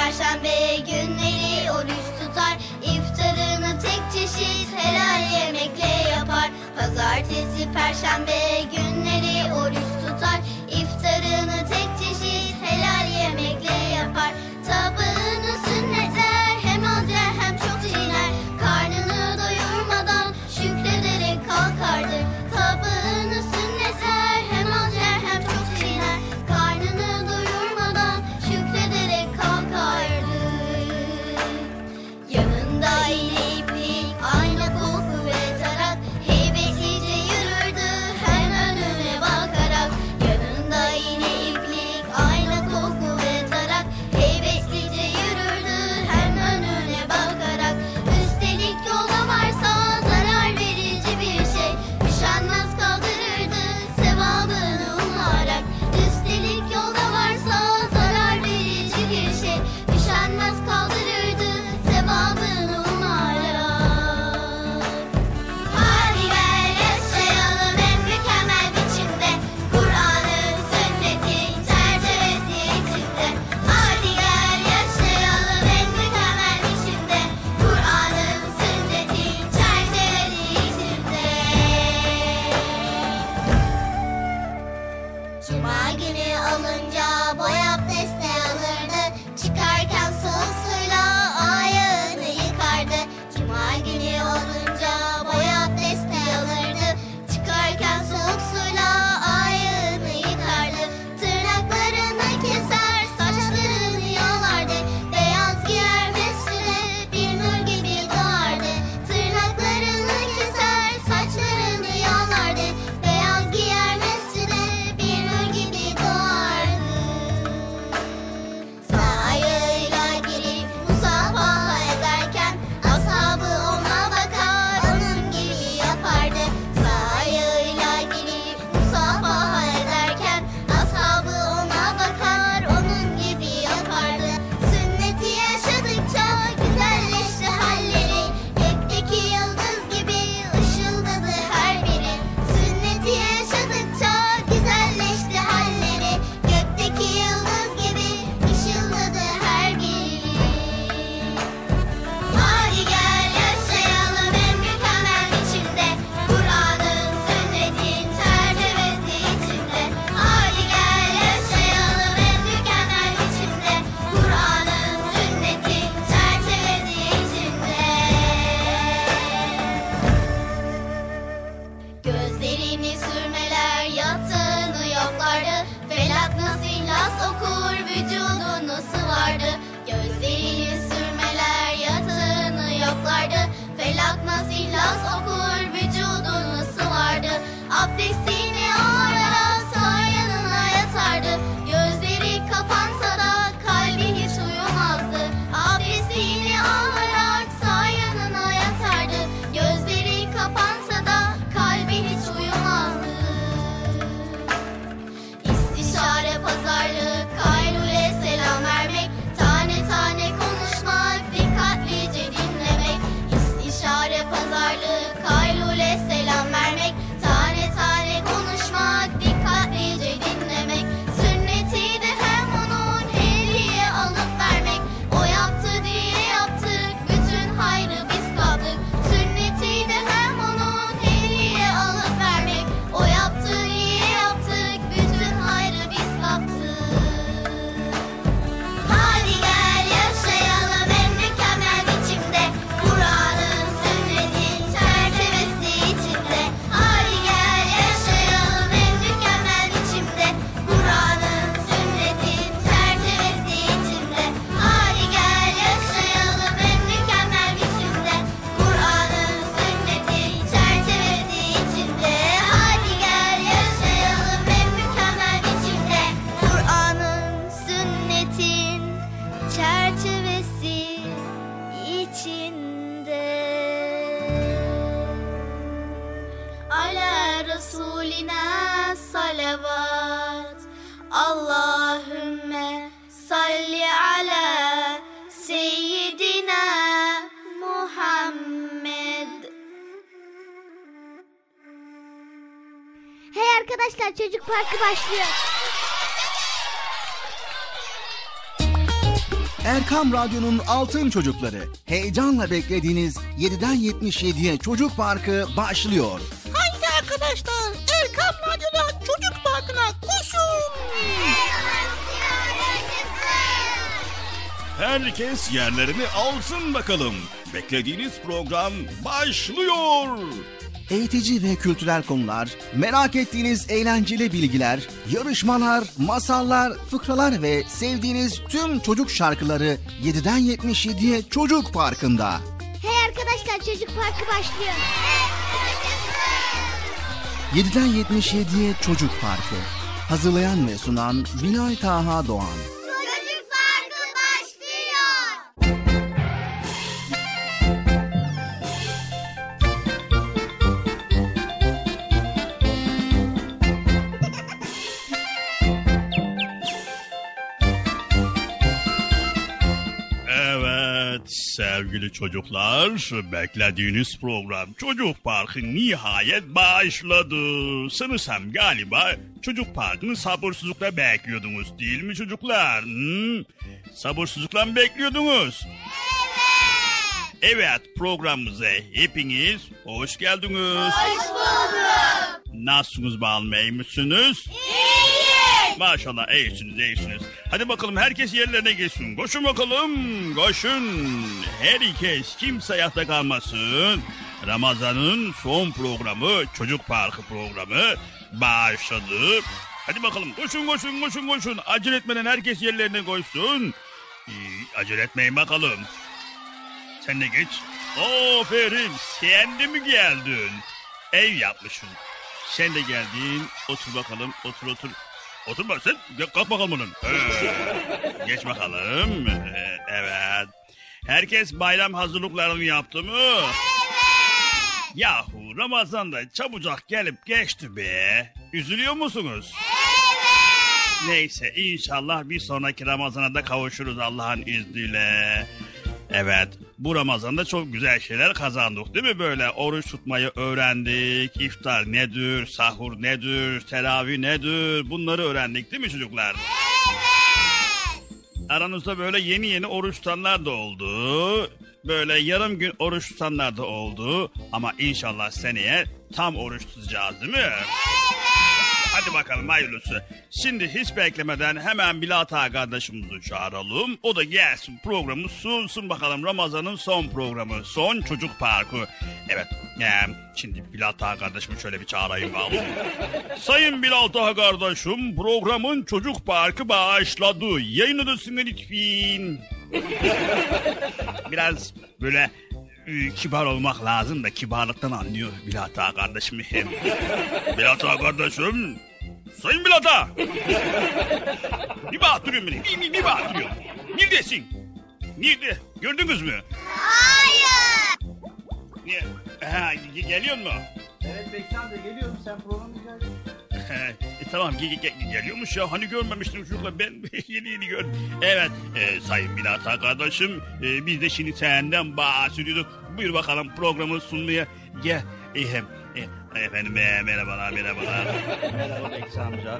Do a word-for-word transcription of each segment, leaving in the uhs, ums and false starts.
perşembe günleri oruç tutar. İftarını tek çeşit helal yemekle yapar. Pazartesi, perşembe günleri oruç tutar. İftarını tek çeşit helal yemekle yapar. Tabağını sünnetler, hem az yer hem çok çiğner. Karnını doyurmadan şükrederek kalkardı. Tabağını sünnetler, hem az yer hem çok çiğner. Karnını doyurmadan şükrederek kalkardı. Yanında iğne iplik, ayna koku ve tarak, heybetlice yürürdü hem önüne bakarak. Yanında iğne iplik, ayna koku ve tarak, heybetlice yürürdü hem önüne bakarak. Üstelik yolda varsa zarar verici bir şey, üşenmez kaldırırdı sevabını umarak. Üstelik yolda varsa zarar verici bir şey, üşenmez kaldırırdı sevabını umarak. Hadi gel yaşayalım en mükemmel biçimde, Kur'an'ın sünnetin çerçevesi içinde. Hadi gel yaşayalım en mükemmel biçimde, Kur'an'ın sünnetin çerçevesi içinde. Cuma günü alınca boy abdesti alırdı. Çıkarken soğuk suyla ayağını yıkardı. Cuma günü olunca boy abdesti alırdı. Çıkarken soğuk suyla ayağını yıkardı. Tırnaklarını keser, saçlarını yolardı. Beyaz giyer mescide, bir nur gibi doğardı. Tırnaklarını keser, saçlarını yolardı. Beyaz giyer mescide, bir nur gibi doğardı. Sağ ayağıyla girip musafaha ederken ashabı ona bakar, onun gibi yapardı. Sağ ayağıyla girip musafaha ederken ashabı ona bakar, onun gibi yapardı. Sünneti yaşadıkça güzelleşti halleri, gökteki yıldız gibi ışıldadı her biri. Sünneti yaşadıkça güzelleşti halleri, gökteki yıldız gibi ışıldadı her biri. Hadi gel yaşayalım en mükemmel biçimde, Kur'an'ın sünnetin çerçevesi içinde. Hadi gel yaşayalım en mükemmel biçimde, Kur'an'ın sünnetin çerçevesi içinde. Gözlerini sürmeler, yatağını yoklardı. Felak nasıl nas okur, vücudunu sıvardı. Gözlerini sürmeler, yatağını yoklardı. Felak nasıl nas okur, vücudunu sıvardı. Abdestini alarak sağ yanına yatardı. Gözleri kapansa da kalbi hiç uyumazdı. Abdestini alarak sağ yanına yatardı. Gözleri kapansa da kalbi hiç uyumazdı. İstişare, pazarlık, kaylule selam vermek, tane tane konuşmak, dikkatlice dinlemek. İstişare, pazarlık, kaylule selam vermek, tane tane konuşmak, dikkatlice dinlemek. Sünneti de hem onun hediye alıp vermek. O yaptı diye yaptık, bütün hayrı biz kaptık. Sünneti de hem onun hediye alıp vermek. O yaptı diye yaptık, bütün hayrı biz kaptık. Hadi gel yaşayalım en mükemmel biçimde, Kur'an'ın sünnetin çerçevesi içinde. Hadi gel yaşayalım en mükemmel biçimde, Kur'an'ın sünnetin çerçevesi içinde. Hadi gel yaşayalım en mükemmel biçimde, Kur'an'ın sünnetin çerçevesi içinde. Hadi gel yaşayalım en mükemmel biçimde, Kur'an'ın sünnetin çerçevesi içinde. Ala Resulina salavat, Allahümme salli ala seyyidina Muhammed. Hey arkadaşlar, çocuk parkı başlıyor. Erkam Radyo'nun Altın Çocukları. Heyecanla beklediğiniz yediden yetmiş yediye Çocuk Parkı başlıyor. Haydi arkadaşlar, Erkam Radyo'da Çocuk Parkı'na koşun. Herkes yerlerini alsın bakalım. Beklediğiniz program başlıyor. Eğitici ve kültürel konular, merak ettiğiniz eğlenceli bilgiler, yarışmalar, masallar, fıkralar ve sevdiğiniz tüm çocuk şarkıları yediden yetmiş yediye Çocuk Parkı'nda. Hey arkadaşlar, Çocuk Parkı başlıyor. yediden yetmiş yediye Çocuk Parkı. Hazırlayan ve sunan Bilal Taha Doğan. Çocuk Parkı başlıyor. Evet sevgili çocuklar, beklediğiniz program Çocuk Parkı nihayet başladı. Sanırsam galiba Çocuk Parkı'nı sabırsızlıkla bekliyordunuz değil mi çocuklar? Hmm? Sabırsızlıkla mı bekliyordunuz? Evet. Evet, programımıza hepiniz hoş geldiniz. Hoş bulduk. Nasılsınız bakalım, iyi misiniz? İyiyim. Maşallah iyisiniz iyisiniz. Hadi bakalım herkes yerlerine geçsin. Koşun bakalım koşun. Herkes kimse ayakta kalmasın. Ramazan'ın son programı Çocuk Parkı programı başladı. Hadi bakalım koşun koşun koşun koşun. Acele etmeden herkes yerlerine koşsun. Ee, acele etmeyin bakalım. Sen de geç. Aferin, sen de mi geldin? Ev yapmışsın. Sen de geldin. Otur bakalım, otur otur. Otur bak sen, kalk bakalım onun. Ee, geç bakalım. Ee, evet. Herkes bayram hazırlıklarını yaptı mı? Evet. Yahu Ramazan'da çabucak gelip geçti be. Üzülüyor musunuz? Evet. Neyse inşallah bir sonraki Ramazan'a da kavuşuruz Allah'ın izniyle. Evet, bu Ramazan'da çok güzel şeyler kazandık değil mi böyle? Oruç tutmayı öğrendik, iftar nedir, sahur nedir, teravih nedir, bunları öğrendik değil mi çocuklar? Evet. Aranızda böyle yeni yeni oruç tutanlar da oldu, böyle yarım gün oruç tutanlar da oldu. Ama inşallah seneye tam oruç tutacağız değil mi? Evet. Hadi bakalım hayırlısı. Şimdi hiç beklemeden hemen Bilal Ağa kardeşimizi çağıralım. O da gelsin programı sunsun bakalım. Ramazan'ın son programı. Son Çocuk Parkı. Evet. Ee, şimdi Bilal Ağa kardeşimi şöyle bir çağırayım bakalım. Sayın Bilal Ağa kardeşim, programın Çocuk Parkı başladı. Yayın odasına lütfen. Biraz böyle kibar olmak lazım da kibarlıktan anlıyor Bilal Ağa kardeşim. Bilal Ağa kardeşim. Sayın Bilal Ağa. Ne bağırtırıyorsun beni? Ne, ne, ne bağırtırıyorsun? Neredesin? Nerede? Gördünüz mü? Hayır. Niye? Ha, geliyor mu? Evet Bekçi amca geliyorum, sen programı rica e, tamam ge- ge- geliyormuş ya, hani görmemiştim çocuklar, ben yeni yeni gördüm. Evet e, Sayın Bilal Ağa kardeşim, e, biz de şimdi senden bahsediyorduk. Buyur bakalım programı sunmaya gel. E, e, efendim e, merhabalar merhabalar. Merhaba Bekçi amca.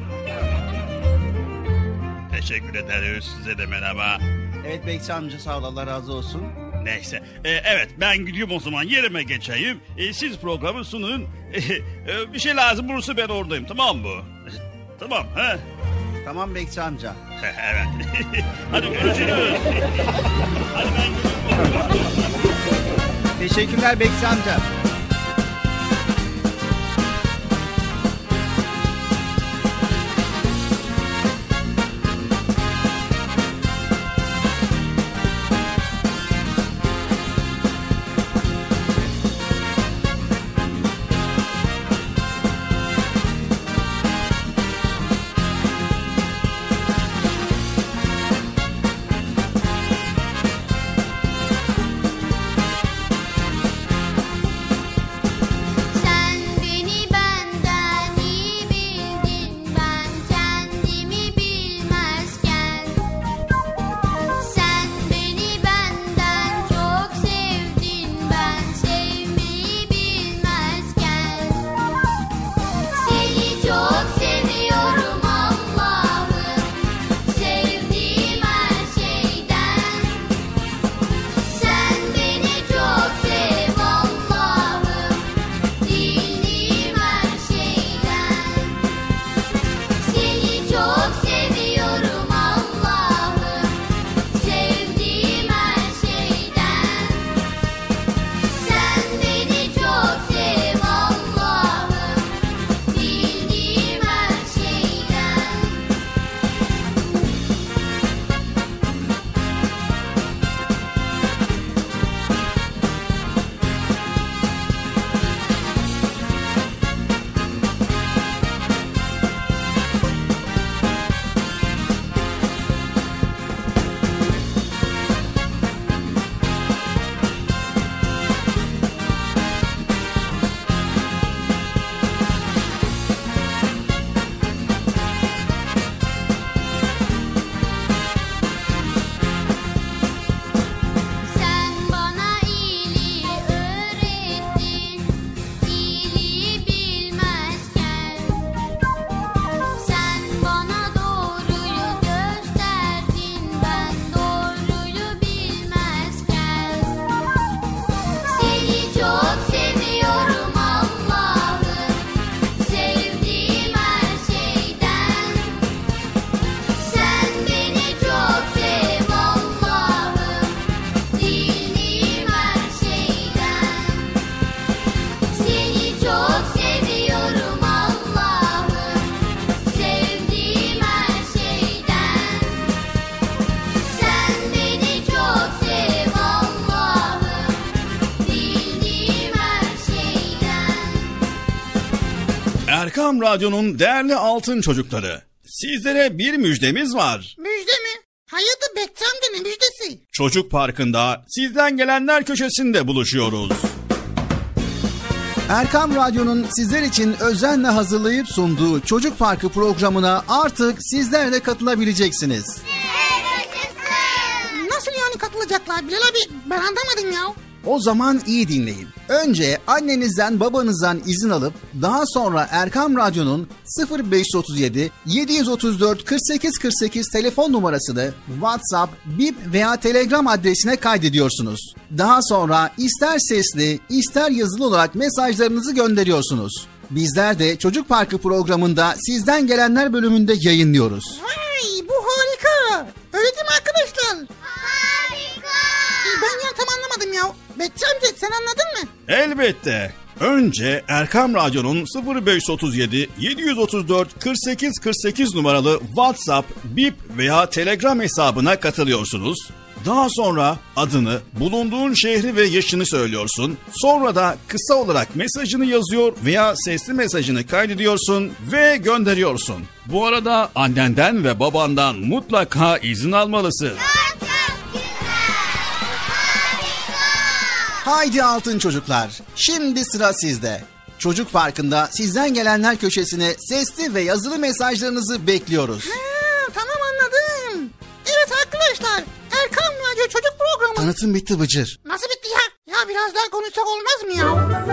Teşekkür ederiz, size de merhaba. Evet Bekçi amca, sağ ol, Allah razı olsun. Neyse e, evet ben gidiyorum o zaman, yerime geçeyim. E, siz programı sunun. E, e, bir şey lazım olursa ben oradayım, tamam mı? Tamam he? Tamam Bekçi amca. Evet. Hadi görüşürüz. Hadi ben gidiyorum. Teşekkürler Bekçi amca. Erkam Radyo'nun değerli altın çocukları, sizlere bir müjdemiz var. Müjde mi? Hayırdır Bekçi amca, ne müjdesi? Çocuk Parkı'nda sizden gelenler köşesinde buluşuyoruz. Erkam Radyo'nun sizler için özenle hazırlayıp sunduğu Çocuk Parkı programına artık sizler de katılabileceksiniz. Nasıl yani katılacaklar Bilal abi? Ben anlamadım ya. O zaman iyi dinleyin. Önce annenizden babanızdan izin alıp daha sonra Erkam Radyo'nun sıfır beş otuz yedi yedi otuz dört kırk sekiz kırk sekiz telefon numarasını WhatsApp, Bip veya Telegram adresine kaydediyorsunuz. Daha sonra ister sesli ister yazılı olarak mesajlarınızı gönderiyorsunuz. Bizler de Çocuk Parkı programında sizden gelenler bölümünde yayınlıyoruz. Vay, bu harika. Öyle değil mi arkadaşlar? Harika. Ben ya tam anlamadım ya. Bekçi amca sen anladın mı? Elbette. Önce Erkam Radyo'nun sıfır beş otuz yedi yedi otuz dört kırk sekiz kırk sekiz numaralı WhatsApp, Bip veya Telegram hesabına katılıyorsunuz. Daha sonra adını, bulunduğun şehri ve yaşını söylüyorsun. Sonra da kısa olarak mesajını yazıyor veya sesli mesajını kaydediyorsun ve gönderiyorsun. Bu arada annenden ve babandan mutlaka izin almalısın. Haydi altın çocuklar, şimdi sıra sizde. Çocuk Parkı'nda sizden gelenler köşesine sesli ve yazılı mesajlarınızı bekliyoruz. Ha, tamam anladım. Evet arkadaşlar, Erkam Radyo Çocuk Programı. Tanıtım bitti Bıcır. Nasıl bitti ya? Ya biraz daha konuşsak olmaz mı ya?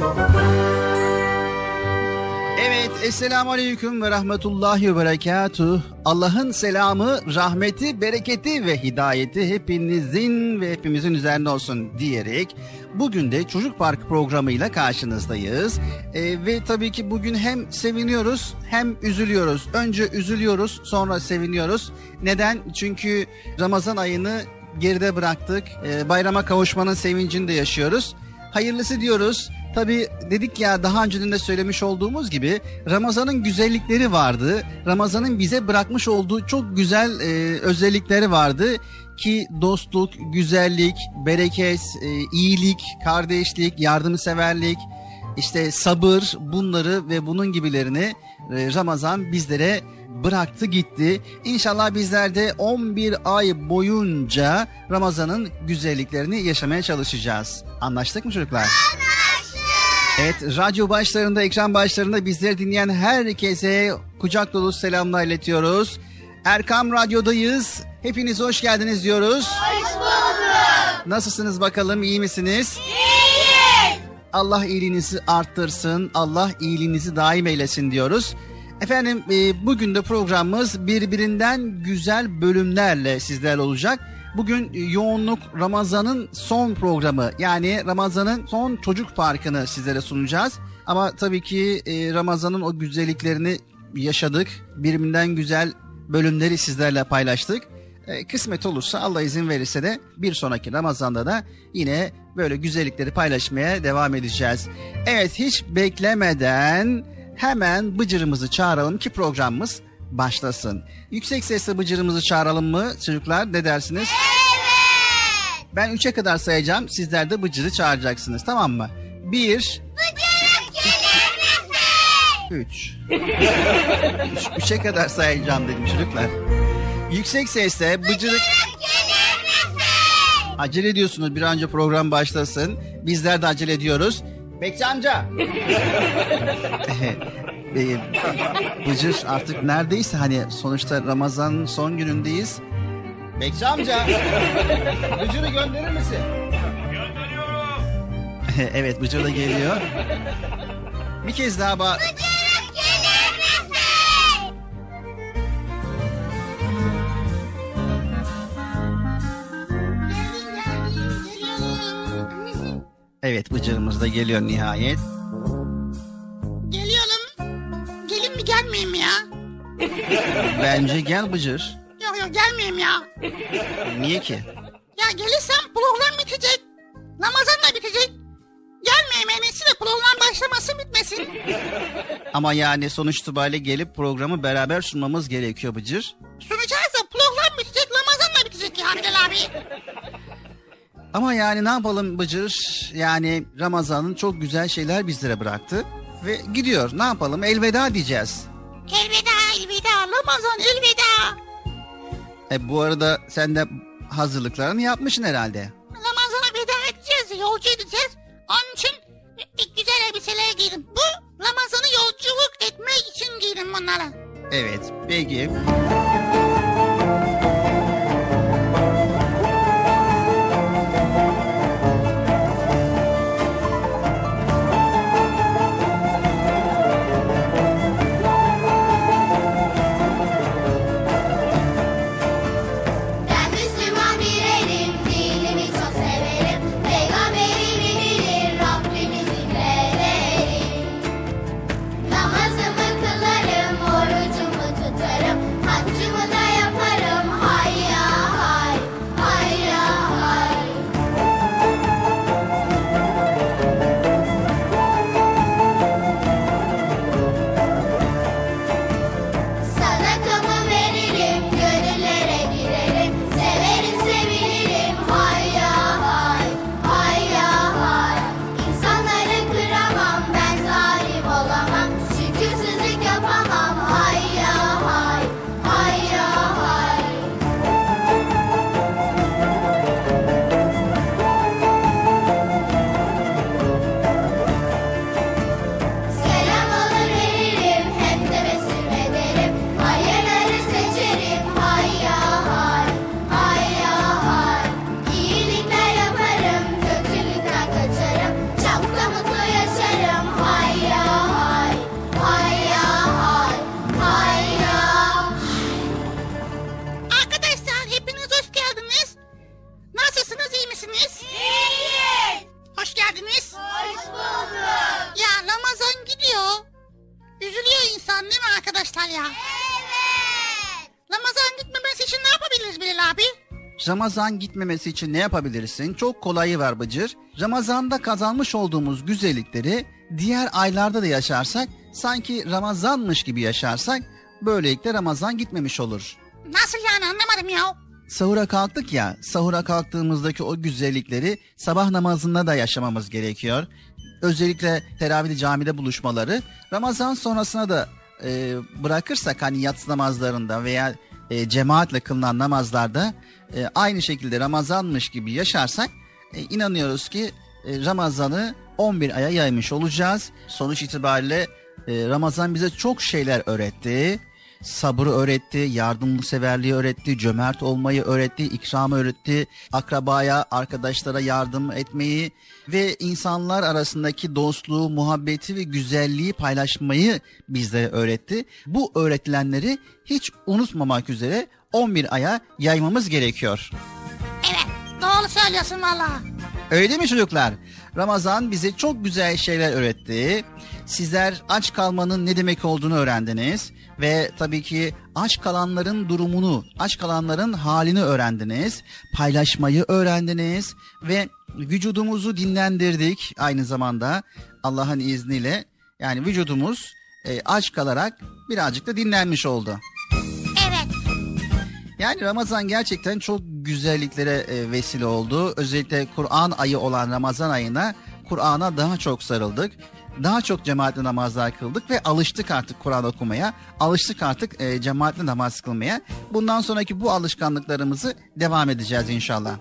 Evet, Esselamu Aleyküm ve Rahmetullahi ve Berekatuh. Allah'ın selamı, rahmeti, bereketi ve hidayeti hepinizin ve hepimizin üzerine olsun diyerek bugün de Çocuk Park programıyla karşınızdayız. Ee, ve tabii ki bugün hem seviniyoruz hem üzülüyoruz. Önce üzülüyoruz, sonra seviniyoruz. Neden? Çünkü Ramazan ayını geride bıraktık. Ee, bayrama kavuşmanın sevincini de yaşıyoruz. Hayırlısı diyoruz. Tabii dedik ya, daha önceden de söylemiş olduğumuz gibi Ramazan'ın güzellikleri vardı. Ramazan'ın bize bırakmış olduğu çok güzel e, özellikleri vardı ki dostluk, güzellik, bereket, e, iyilik, kardeşlik, yardımseverlik, işte sabır, bunları ve bunun gibilerini e, Ramazan bizlere bıraktı gitti. İnşallah bizler de on bir ay boyunca Ramazan'ın güzelliklerini yaşamaya çalışacağız. Anlaştık mı çocuklar? Evet, radyo başlarında, ekran başlarında bizleri dinleyen herkese kucak dolu selamlar iletiyoruz. Erkam Radyo'dayız. Hepiniz hoş geldiniz diyoruz. Hoş bulduk. Nasılsınız bakalım, iyi misiniz? İyiyiz. Allah iyiliğinizi arttırsın, Allah iyiliğinizi daim eylesin diyoruz. Efendim, e, bugün de programımız birbirinden güzel bölümlerle sizlerle olacak. Bugün yoğunluk Ramazan'ın son programı, yani Ramazan'ın son Çocuk Parkı'nı sizlere sunacağız. Ama tabii ki e, Ramazan'ın o güzelliklerini yaşadık. Birbirinden güzel bölümleri sizlerle paylaştık. E, kısmet olursa, Allah izin verirse de bir sonraki Ramazan'da da yine böyle güzellikleri paylaşmaya devam edeceğiz. Evet, hiç beklemeden hemen Bıcır'ımızı çağıralım ki programımız başlasın. Yüksek sesle Bıcır'ımızı çağıralım mı çocuklar, ne dersiniz? Evet. Ben üçe kadar sayacağım, sizler de Bıcır'ı çağıracaksınız, tamam mı? Bir. Bıcırık gelir misin? Üç. Üç. Üçe kadar sayacağım dedim çocuklar. Yüksek sesle Bıcırık... Gelir misin? Acele ediyorsunuz, bir an önce program başlasın. Bizler de acele ediyoruz. Bekçi amca. Ee, Bıcır artık neredeyse, hani sonuçta Ramazan'ın son günündeyiz. Bekçi amca. Bıcır'ı gönderir misin? Gönderiyorum. Evet, Bıcır da geliyor. Bir kez daha bak. Bıcırık gelir misin? Evet, Bıcır'ımız da geliyor nihayet. Geliyorum. Gelin mi gelmeyeyim mi ya? Bence gel Bıcır. Yok yok gelmeyeyim ya. Niye ki? Ya gelirsem program bitecek. Ramazan da bitecek. Gelmeyeyim, en iyisi de program başlaması bitmesin. Ama yani sonuç itibariyle gelip programı beraber sunmamız gerekiyor Bıcır. Sunacağız da program bitecek, Ramazan da bitecek ya Bilal abi. Ama yani ne yapalım Bıcır? Yani Ramazan'ın çok güzel şeyler bizlere bıraktı. ve gidiyor. Ne yapalım? Elveda diyeceğiz. Elveda, elveda, Ramazan, elveda. E bu arada sen de hazırlıklarını yapmışsın herhalde. Ramazan'a veda edeceğiz, yolcu edeceğiz. Onun için güzel elbiseler giydim. Bu Ramazan'ı yolculuk etmek için giydim bunları. Evet, peki. Ben Müslüman birerim, dinimi çok severim. Peygamberimi bilir, Rabbimi zikrederim. Namazımı kılarım, orucumu tutarım. Haccımı da yaparım, hayya hay, hayya hay. Sadakamı veririm, gönüllere girerim. Severim, sevinirim, hayya hay, hayya hay. İnsanları kıramam, ben zalim olamam. Şükürsüzlük yapamam, hayya hay, hayya hay. Selam alır veririm, hep tebessüm ederim. Hayırları seçerim, hayya hay, hayya hay. İyilikler yaparım, kötülükten kaçarım. Çok da mutlu yaşarım, hayya hay, hayya hay, hayya hay. Arkadaşlar hepiniz hoş geldiniz. Nasılsınız, iyi misiniz? İyiyiz. Hoş geldiniz. Hoş bulduk. Ya Ramazan gidiyor. Üzülüyor insan değil mi arkadaşlar ya? Evet. Ramazan gitmemesi için ne yapabiliriz Bilal abi? Ramazan gitmemesi için ne yapabilirsin? Çok kolayı var Bıcır. Ramazan'da kazanmış olduğumuz güzellikleri diğer aylarda da yaşarsak, sanki Ramazanmış gibi yaşarsak, böylelikle Ramazan gitmemiş olur. Nasıl yani, anlamadım ya. Sahura kalktık ya, sahura kalktığımızdaki o güzellikleri sabah namazında da yaşamamız gerekiyor. Özellikle teravih camide buluşmaları, Ramazan sonrasına da e, bırakırsak, hani yatsı namazlarında veya e, cemaatle kılınan namazlarda e, aynı şekilde Ramazanmış gibi yaşarsak, e, inanıyoruz ki e, Ramazan'ı on bir aya yaymış olacağız. Sonuç itibariyle e, Ramazan bize çok şeyler öğretti. Sabrı öğretti, yardımseverliği öğretti, cömert olmayı öğretti, ikramı öğretti, akrabaya, arkadaşlara yardım etmeyi ve insanlar arasındaki dostluğu, muhabbeti ve güzelliği paylaşmayı bizlere öğretti. Bu öğretilenleri hiç unutmamak üzere on bir aya yaymamız gerekiyor. Evet, doğru söylüyorsun valla. Öyle değil mi çocuklar? Ramazan bize çok güzel şeyler öğretti. Sizler aç kalmanın ne demek olduğunu öğrendiniz. Ve tabii ki aç kalanların durumunu, aç kalanların halini öğrendiniz. Paylaşmayı öğrendiniz. Ve vücudumuzu dinlendirdik aynı zamanda Allah'ın izniyle. Yani vücudumuz e, aç kalarak birazcık da dinlenmiş oldu. Evet. Yani Ramazan gerçekten çok güzelliklere e, vesile oldu. Özellikle Kur'an ayı olan Ramazan ayına Kur'an'a daha çok sarıldık. Daha çok cemaatli namazlar kıldık ve alıştık artık Kur'an okumaya. Alıştık artık e, cemaatli namaz kılmaya. Bundan sonraki bu alışkanlıklarımızı devam edeceğiz inşallah.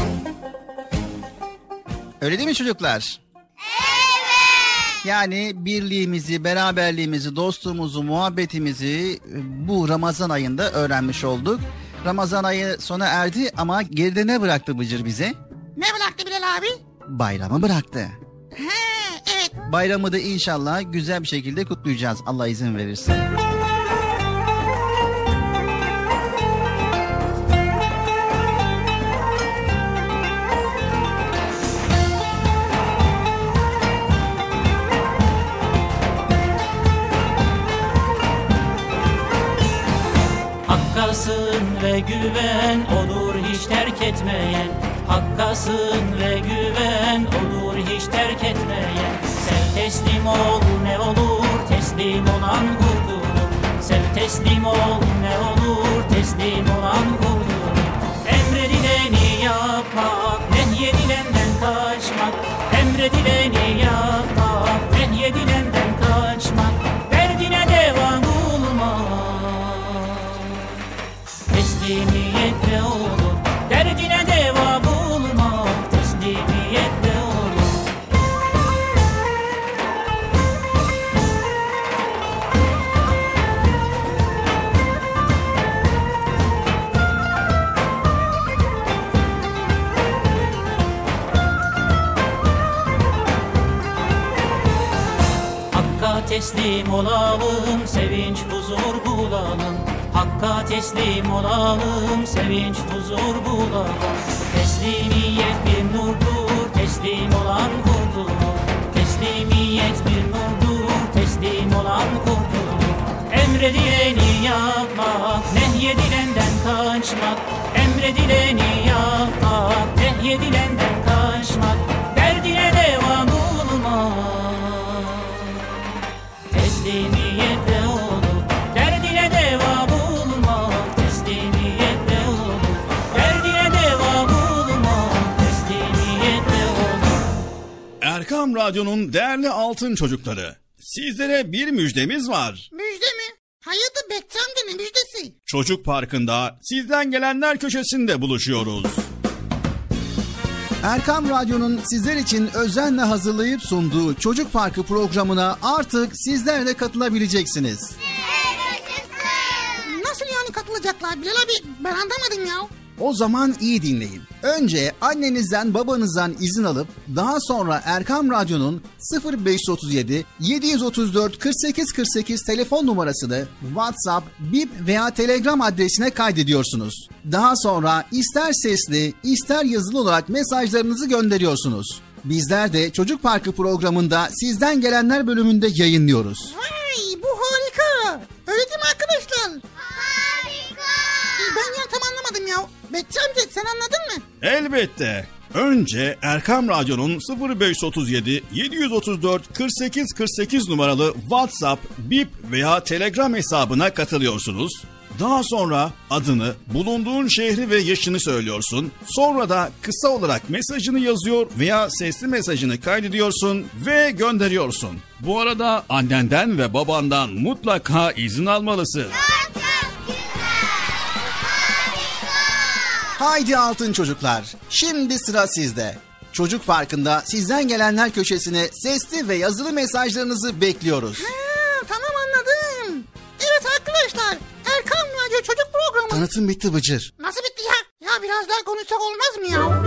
Öyle değil mi çocuklar? Evet. Yani birliğimizi, beraberliğimizi, dostluğumuzu, muhabbetimizi bu Ramazan ayında öğrenmiş olduk. Ramazan ayı sona erdi ama geride ne bıraktı Bıcır bize? Ne bıraktı Bilal abi? Bayramı bıraktı. He, evet. Bayramı da inşallah güzel bir şekilde kutlayacağız, Allah izin verirse. Hakkasın ve güven olur hiç terk etmeyen. Hakkasın ve güven olur hiç terk etmeyen. Sev teslim ol ne olur teslim olan kurtulur. Sev teslim ol ne olur teslim olan kurtulur. Emredileni yapmak, nehyedilenden kaçmak. Emredileni yapmak, nehyedilenden kaçmak. Teslimiyetle olur. Derdine deva bulmak teslimiyetle olur. Hakka teslim olalım, sevinç huzur bulalım. Hakka teslim olalım, sevinç huzur bulalım. Teslimiyet bir nurdur, teslim olan kurtulur. Teslimiyet bir nurdur, teslim olan kurtulur. Emredileni yapmak, nehyedilenden kaçmak. Emredileni yapmak, nehyedilenden kaçmak. Derdine deva bulmak teslimiyetle olur. Derdine deva bulmak teslimiyetle olur. Derdine deva bulmak teslimiyetle olur. Erkam Radyo'nun değerli altın çocukları, sizlere bir müjdemiz var. Müjde mi? Hayırdır Bekçi amca, ne müjdesi? Çocuk Parkı'nda sizden gelenler köşesinde buluşuyoruz. Erkam Radyo'nun sizler için özenle hazırlayıp sunduğu Çocuk Parkı programına artık sizler de katılabileceksiniz. Nasıl yani katılacaklar Bilal abi? Ben anlamadım ya. O zaman iyi dinleyin. Önce annenizden babanızdan izin alıp daha sonra Erkam Radyo'nun sıfır beş otuz yedi yedi otuz dört kırk sekiz kırk sekiz telefon numarasını WhatsApp, Bip veya Telegram adresine kaydediyorsunuz. Daha sonra ister sesli ister yazılı olarak mesajlarınızı gönderiyorsunuz. Bizler de Çocuk Parkı programında sizden gelenler bölümünde yayınlıyoruz. Vay, bu harika. Öyle değil mi arkadaşlar? Harika. Ben ya tam anlamadım ya. Bekçi amca sen anladın mı? Elbette. Önce Erkam Radyo'nun sıfır beş otuz yedi yedi otuz dört kırk sekiz kırk sekiz numaralı WhatsApp, Bip veya Telegram hesabına katılıyorsunuz. Daha sonra adını, bulunduğun şehri ve yaşını söylüyorsun. Sonra da kısa olarak mesajını yazıyor veya sesli mesajını kaydediyorsun ve gönderiyorsun. Bu arada annenden ve babandan mutlaka izin almalısın. Haydi altın çocuklar, şimdi sıra sizde. Çocuk Parkı'nda sizden gelenler köşesine sesli ve yazılı mesajlarınızı bekliyoruz. Ha, tamam anladım. Evet arkadaşlar, Erkam Radyo Çocuk Programı. Tanıtım bitti Bıcır. Nasıl bitti ya? Ya biraz daha konuşsak olmaz mı ya?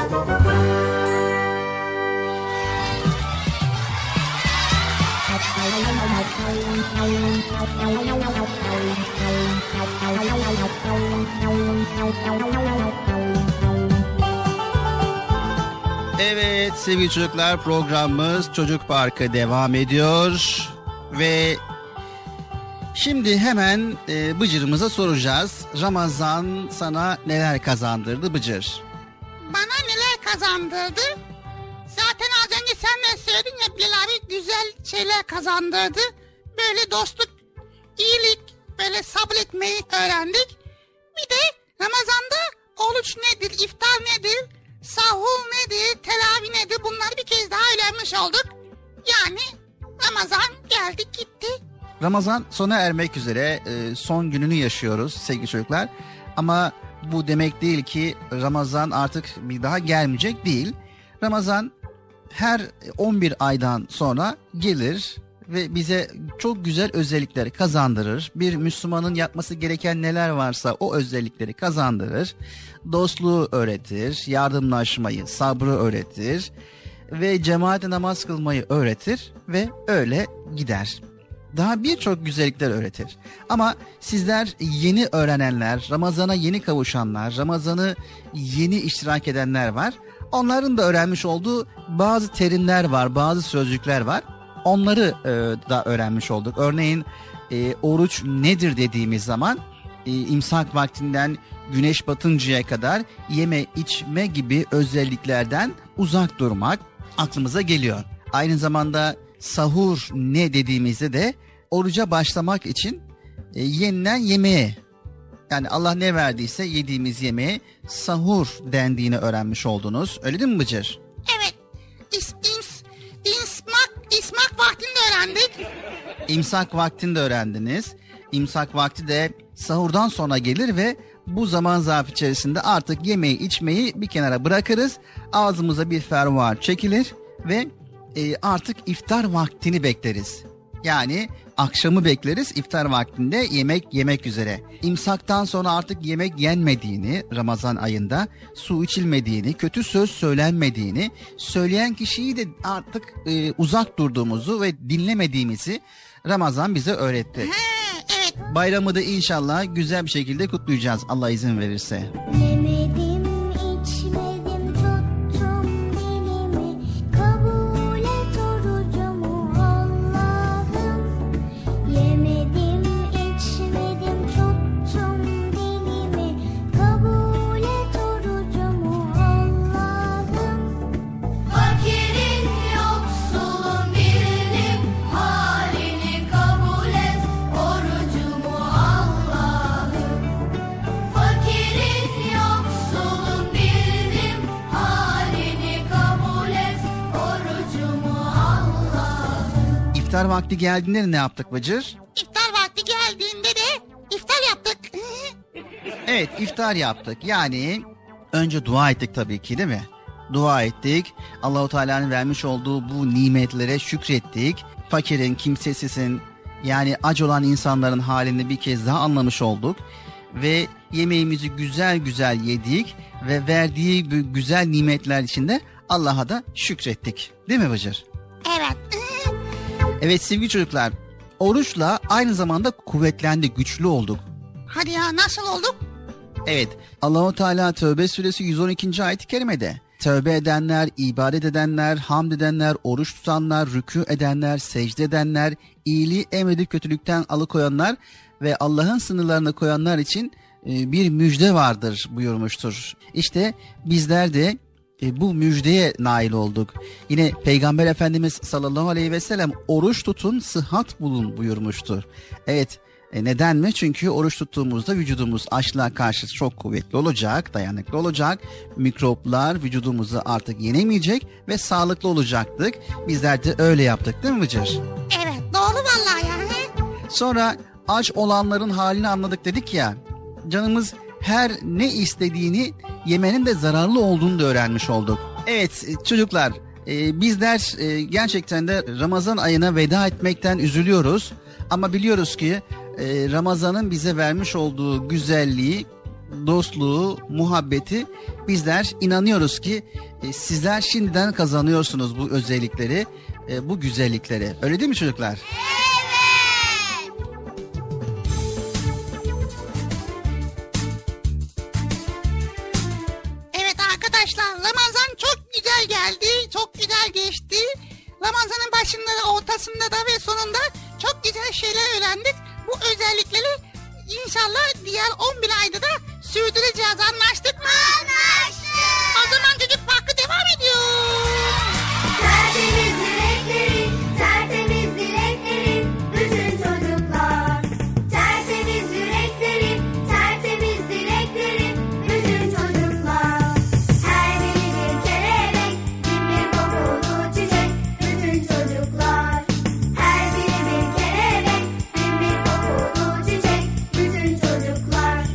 Evet sevgili çocuklar, programımız Çocuk Parkı devam ediyor ve şimdi hemen e, Bıcır'ımıza soracağız. Ramazan sana neler kazandırdı Bıcır? Bana neler kazandırdı? Zaten az önce sen de söyledin ya Bilal abi, güzel şeyler kazandırdı. Böyle dostluk, iyilik, böyle sabretmeyi öğrendik. Bir de Ramazan'da oruç nedir, iftar nedir, sahur nedir, teravih nedir, bunları bir kez daha öğrenmiş olduk. Yani Ramazan geldi gitti. Ramazan sona ermek üzere, e, son gününü yaşıyoruz sevgili çocuklar. Ama bu demek değil ki Ramazan artık bir daha gelmeyecek değil. Ramazan her on bir aydan sonra gelir ve bize çok güzel özellikler kazandırır. Bir Müslümanın yapması gereken neler varsa o özellikleri kazandırır. Dostluğu öğretir, yardımlaşmayı, sabrı öğretir ve cemaatle namaz kılmayı öğretir ve öyle gider. Daha birçok güzellikler öğretir. Ama sizler yeni öğrenenler, Ramazan'a yeni kavuşanlar, Ramazan'ı yeni iştirak edenler var. Onların da öğrenmiş olduğu bazı terimler var, bazı sözcükler var. Onları e, da öğrenmiş olduk. Örneğin e, oruç nedir dediğimiz zaman e, imsak vaktinden güneş batıncaya kadar yeme içme gibi özelliklerden uzak durmak aklımıza geliyor. Aynı zamanda sahur ne dediğimizde de oruca başlamak için e, yenilen yemeğe, yani Allah ne verdiyse yediğimiz yemeğe sahur dendiğini öğrenmiş oldunuz. Öyle değil mi Bıcır? Evet. İs, is, ismak, ismak vaktini öğrendik. İmsak vaktini de öğrendiniz. İmsak vakti de sahurdan sonra gelir ve bu zaman zarfı içerisinde artık yemeği içmeyi bir kenara bırakırız. Ağzımıza bir fermuar çekilir ve e, artık iftar vaktini bekleriz. Yani akşamı bekleriz, iftar vaktinde yemek yemek üzere. İmsaktan sonra artık yemek yenmediğini, Ramazan ayında su içilmediğini, kötü söz söylenmediğini, söyleyen kişiyi de artık e, uzak durduğumuzu ve dinlemediğimizi Ramazan bize öğretti. Ha, evet. Bayramı da inşallah güzel bir şekilde kutlayacağız Allah izin verirse. Yemedim, içmedim, tuttum dilimi, kabul et orucumu Allah'ım. Yemedim, içmedim, tuttum dilimi, kabul et orucumu Allah'ım. Fakirin yoksulun bildim halini, kabul et orucumu Allah'ım. Fakirin yoksulun bildim halini, kabul et orucumu Allah'ım. İftar vakti geldiğinde ne yaptık Bıcır? İftar vakti geldiğinde de iftar yaptık. Evet, iftar yaptık. Yani önce dua ettik tabii ki, değil mi? Dua ettik. Allahu Teala'nın vermiş olduğu bu nimetlere şükrettik. Fakirin, kimsesizin, yani aç olan insanların halini bir kez daha anlamış olduk. Ve yemeğimizi güzel güzel yedik ve verdiği bu güzel nimetler için de Allah'a da şükrettik. Değil mi Bıcır? Evet. Evet sevgili çocuklar, oruçla aynı zamanda kuvvetlendik, güçlü olduk. Hadi ya, nasıl olduk? Evet, Allahu Teala Tevbe suresi yüz on ikinci ayet-i kerimede tövbe edenler, ibadet edenler, hamd edenler, oruç tutanlar, rükû edenler, secde edenler, iyiliği emredip kötülükten alıkoyanlar ve Allah'ın sınırlarını koyanlar için e, bir müjde vardır buyurmuştur. İşte bizler de e, bu müjdeye nail olduk. Yine Peygamber Efendimiz sallallahu aleyhi ve sellem oruç tutun, sıhhat bulun buyurmuştur. Evet. E neden mi? Çünkü oruç tuttuğumuzda vücudumuz açlığa karşı çok kuvvetli olacak, dayanıklı olacak. Mikroplar vücudumuzu artık yenemeyecek ve sağlıklı olacaktık. Bizler de öyle yaptık, değil mi Bıcır? Evet, doğru vallahi ya. Sonra aç olanların halini anladık dedik ya. Canımız her ne istediğini yemenin de zararlı olduğunu da öğrenmiş olduk. Evet çocuklar, e, bizler e, gerçekten de Ramazan ayına veda etmekten üzülüyoruz. Ama biliyoruz ki e, Ramazan'ın bize vermiş olduğu güzelliği, dostluğu, muhabbeti bizler inanıyoruz ki e, sizler şimdiden kazanıyorsunuz bu özellikleri, e, bu güzellikleri. Öyle değil mi çocuklar? Evet arkadaşlar, Ramazan çok güzel geldi, çok güzel geçti. Ramazan'ın başında da, ortasında da ve sonunda çok güzel şeyler öğrendik. Bu özellikleri inşallah diğer on bir ayda da sürdüreceğiz. Anlaştık mı? Anlaştık. O zaman çocuk parkı devam ediyor. Tertemiz dilekleri, tertemiz dilekleri, bütün çocuklar. Tertemiz yürekleri, tertemiz dilekleri, bütün çocuklar. Her biri bir kelebek, bin bir kokulu çiçek, bütün çocuklar. Her biri bir kelebek, bin bir kokulu çiçek, bütün çocuklar.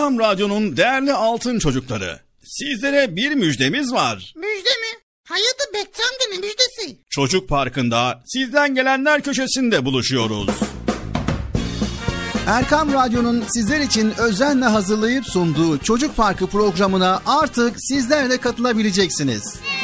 Erkam Radyo'nun değerli altın çocukları, sizlere bir müjdemiz var. Müjde mi? Hayırdır Bekçi amca, ne müjdesi? Çocuk Parkı'nda sizden gelenler köşesinde buluşuyoruz. Erkam Radyo'nun sizler için özenle hazırlayıp sunduğu Çocuk Parkı programına artık sizler de katılabileceksiniz.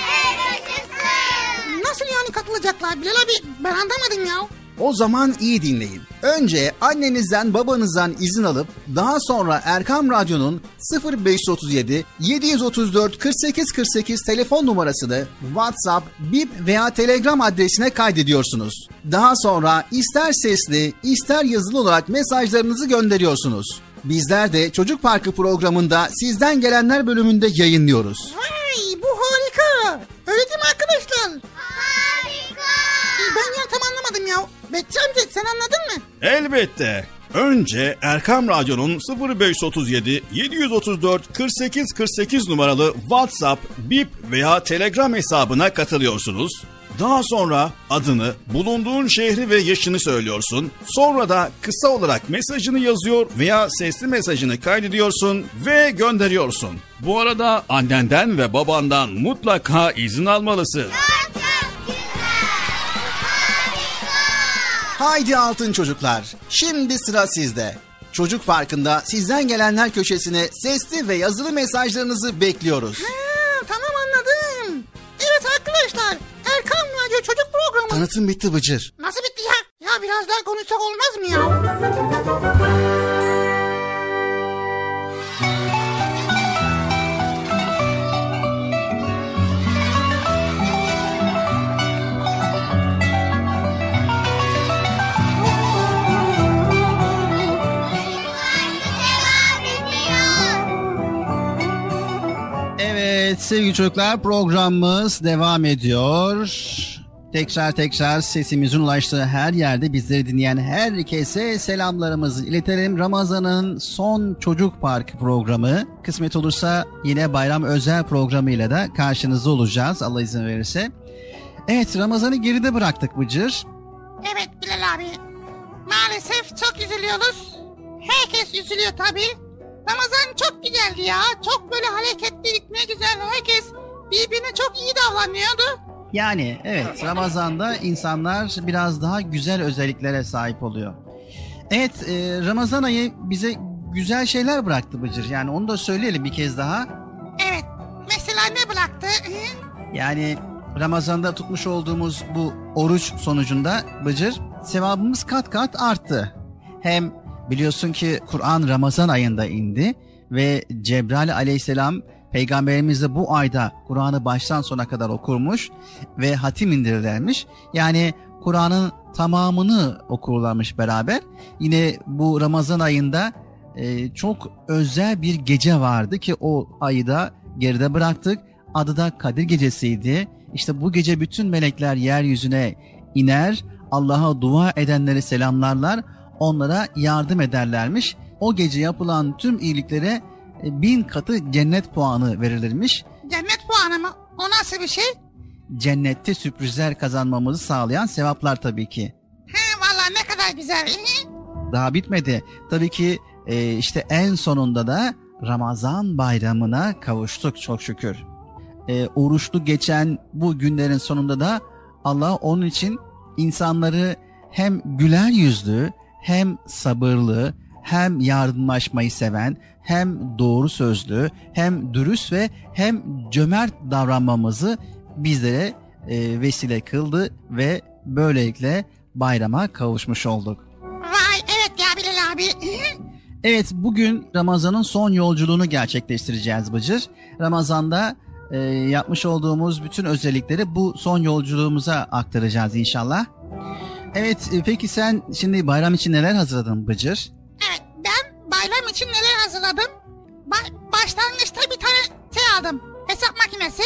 Nasıl yani katılacaklar Bilal abi? Ben anlamadım ya. O zaman iyi dinleyin. Önce annenizden babanızdan izin alıp daha sonra Erkam Radyo'nun sıfır beş otuz yedi yedi otuz dört kırk sekiz kırk sekiz telefon numarasını WhatsApp, Bip veya Telegram adresine kaydediyorsunuz. Daha sonra ister sesli ister yazılı olarak mesajlarınızı gönderiyorsunuz. Bizler de Çocuk Parkı programında sizden gelenler bölümünde yayınlıyoruz. Vay, bu harika. Öyle değil mi arkadaşlar? Harika. Ben ya tam anlamadım ya. Bekçi amca sen anladın mı? Elbette. Önce Erkam Radyo'nun sıfır beş otuz yedi yedi otuz dört kırk sekiz kırk sekiz numaralı WhatsApp, Bip veya Telegram hesabına katılıyorsunuz. Daha sonra adını, bulunduğun şehri ve yaşını söylüyorsun. Sonra da kısa olarak mesajını yazıyor veya sesli mesajını kaydediyorsun ve gönderiyorsun. Bu arada annenden ve babandan mutlaka izin almalısın. Haydi altın çocuklar, şimdi sıra sizde. Çocuk Parkı'nda sizden gelenler köşesine sesli ve yazılı mesajlarınızı bekliyoruz. Ha, tamam anladım. Evet arkadaşlar, Erkam Radyo Çocuk Programı. Tanıtım bitti Bıcır. Nasıl bitti ya? Ya biraz daha konuşsak olmaz mı ya? Evet sevgili çocuklar, programımız devam ediyor. Tekrar tekrar sesimizin ulaştığı her yerde bizleri dinleyen herkese selamlarımızı iletelim. Ramazan'ın son Çocuk Parkı programı, kısmet olursa yine bayram özel programıyla da karşınızda olacağız Allah izin verirse. Evet, Ramazan'ı geride bıraktık Bıcır. Evet Bilal abi. Maalesef çok üzülüyoruz. Herkes üzülüyor tabii. Ramazan çok güzeldi ya. Çok böyle hareketliydik, ne güzel. Herkes birbirine çok iyi davranıyordu. Yani evet, Ramazan'da insanlar biraz daha güzel özelliklere sahip oluyor. Evet, e, Ramazan ayı bize güzel şeyler bıraktı Bıcır. Yani onu da söyleyelim bir kez daha. Evet. Mesela ne bıraktı? Yani Ramazan'da tutmuş olduğumuz bu oruç sonucunda Bıcır, sevabımız kat kat arttı. Hem biliyorsun ki Kur'an Ramazan ayında indi ve Cebrail aleyhisselam Peygamberimiz de bu ayda Kur'an'ı baştan sona kadar okurmuş ve hatim indirirlermiş. Yani Kur'an'ın tamamını okurlarmış beraber. Yine bu Ramazan ayında e, çok özel bir gece vardı ki o ayı da geride bıraktık. Adı da Kadir Gecesi'ydi. İşte bu gece bütün melekler yeryüzüne iner, Allah'a dua edenleri selamlarlar, onlara yardım ederlermiş. O gece yapılan tüm iyiliklere bin katı cennet puanı verilirmiş. Cennet puanı mı? O nasıl bir şey? Cennette sürprizler kazanmamızı sağlayan sevaplar tabii ki. He vallahi ne kadar güzel. Daha bitmedi. Tabii ki e, işte en sonunda da Ramazan bayramına kavuştuk çok şükür. E, oruçlu geçen bu günlerin sonunda da Allah onun için insanları hem güler yüzlü, hem sabırlı, hem yardımlaşmayı seven, hem doğru sözlü, hem dürüst ve hem cömert davranmamızı bizlere e, vesile kıldı ve böylelikle bayrama kavuşmuş olduk. Vay evet ya Bilal abi. Evet, bugün Ramazan'ın son yolculuğunu gerçekleştireceğiz Bıcır. Ramazan'da e, yapmış olduğumuz bütün özellikleri bu son yolculuğumuza aktaracağız inşallah. Evet, e, peki sen şimdi bayram için neler hazırladın Bıcır? Evet, ben bayram için neler hazırladım? Ba- başlangıçta bir tane şey aldım. Hesap makinesi.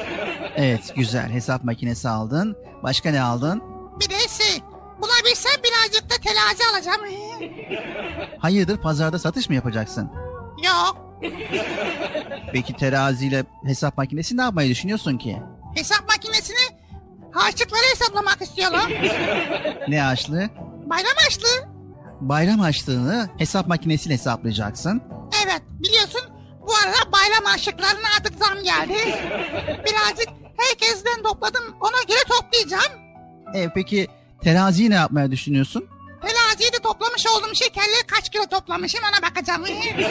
Evet, güzel, hesap makinesi aldın. Başka ne aldın? Bir de şey, bulabilsem birazcık da terazi alacağım. Hayırdır, pazarda satış mı yapacaksın? Yok. Peki teraziyle hesap makinesi ne yapmayı düşünüyorsun ki? Hesap makinesini harçlıkları hesaplamak istiyorum. Ne harçlığı? Bayram harçlığı. Bayram harçlığını hesap makinesiyle hesaplayacaksın. Evet. Biliyorsun bu arada bayram harçlıklarına artık zam geldi. Birazcık herkesten topladım, ona göre toplayacağım. E, peki teraziyi ne yapmaya düşünüyorsun? Teraziyi de toplamış olduğum şekerleri kaç kilo toplamışım ona bakacağım.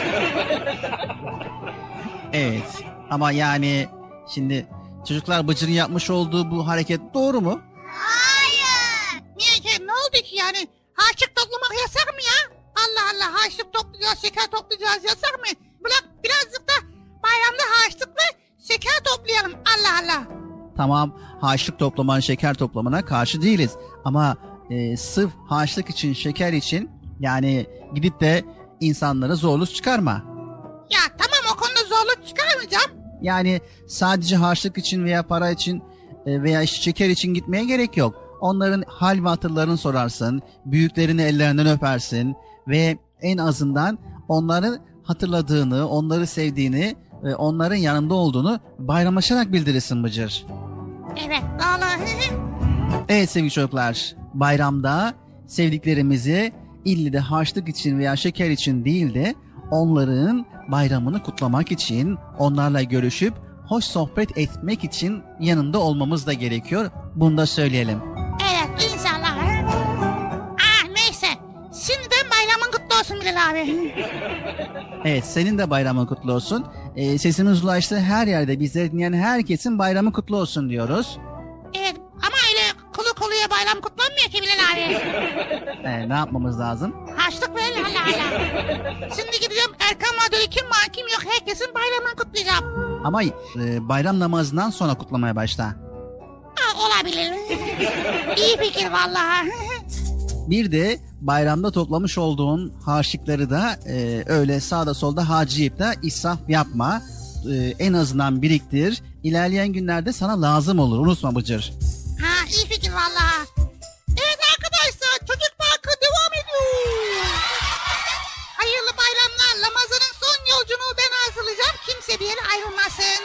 Evet ama yani şimdi çocuklar Bıcır'ın yapmış olduğu bu hareket doğru mu? Hayır. Niye ki? Ne oldu ki yani? Harçlık toplamak yasak mı ya? Allah Allah, harçlık toplayacağız, şeker toplayacağız, yasak mı? Bırak birazcık da bayramda harçlık ve şeker toplayalım. Allah Allah. Tamam, harçlık toplaman şeker toplamına karşı değiliz. Ama e, sırf harçlık için, şeker için yani gidip de insanlara zorluk çıkarma. Ya tamam, o konuda zorluk çıkarmayacağım. Yani sadece harçlık için veya para için e, veya şeker için gitmeye gerek yok. Onların hal ve hatırlarını sorarsın, büyüklerini ellerinden öpersin ve en azından onların hatırladığını, onları sevdiğini ve onların yanında olduğunu bayramlaşarak bildirirsin Bıcır. Evet, doğru. Evet sevgili çocuklar, bayramda sevdiklerimizi ille de harçlık için veya şeker için değil de onların bayramını kutlamak için, onlarla görüşüp hoş sohbet etmek için yanında olmamız da gerekiyor. Bunu da söyleyelim. Evet, inşallah. Ah neyse, şimdiden bayramın kutlu olsun Bilal abi. Evet, senin de bayramın kutlu olsun. Ee, sesimiz ulaştığı her yerde bizleri dinleyen herkesin bayramı kutlu olsun diyoruz. Evet, ama öyle kulu kuluya bayram kutlanmıyor ki Bilal abi. Ee, ne yapmamız lazım? Harçlık böyle Allah Allah. Şimdi gideceğim Erkan Radyo'yu, kim var kim yok herkesin bayramını kutlayacağım. Ama e, bayram namazından sonra kutlamaya başla. Aa, olabilir. İyi fikir vallahi. Bir de bayramda toplamış olduğun harçlıkları da e, öyle sağda solda harcayıp da israf yapma. E, en azından biriktir. İlerleyen günlerde sana lazım olur. Unutma Bıcır. Ha, iyi fikir vallahi. Evet arkadaşlar, Çocuk Parkı devam ediyor. Hayırlı bayramlar. Ramazan'ın son yolculuğu ben hazırlayacağım. Kimse bir yere ayrılmasın.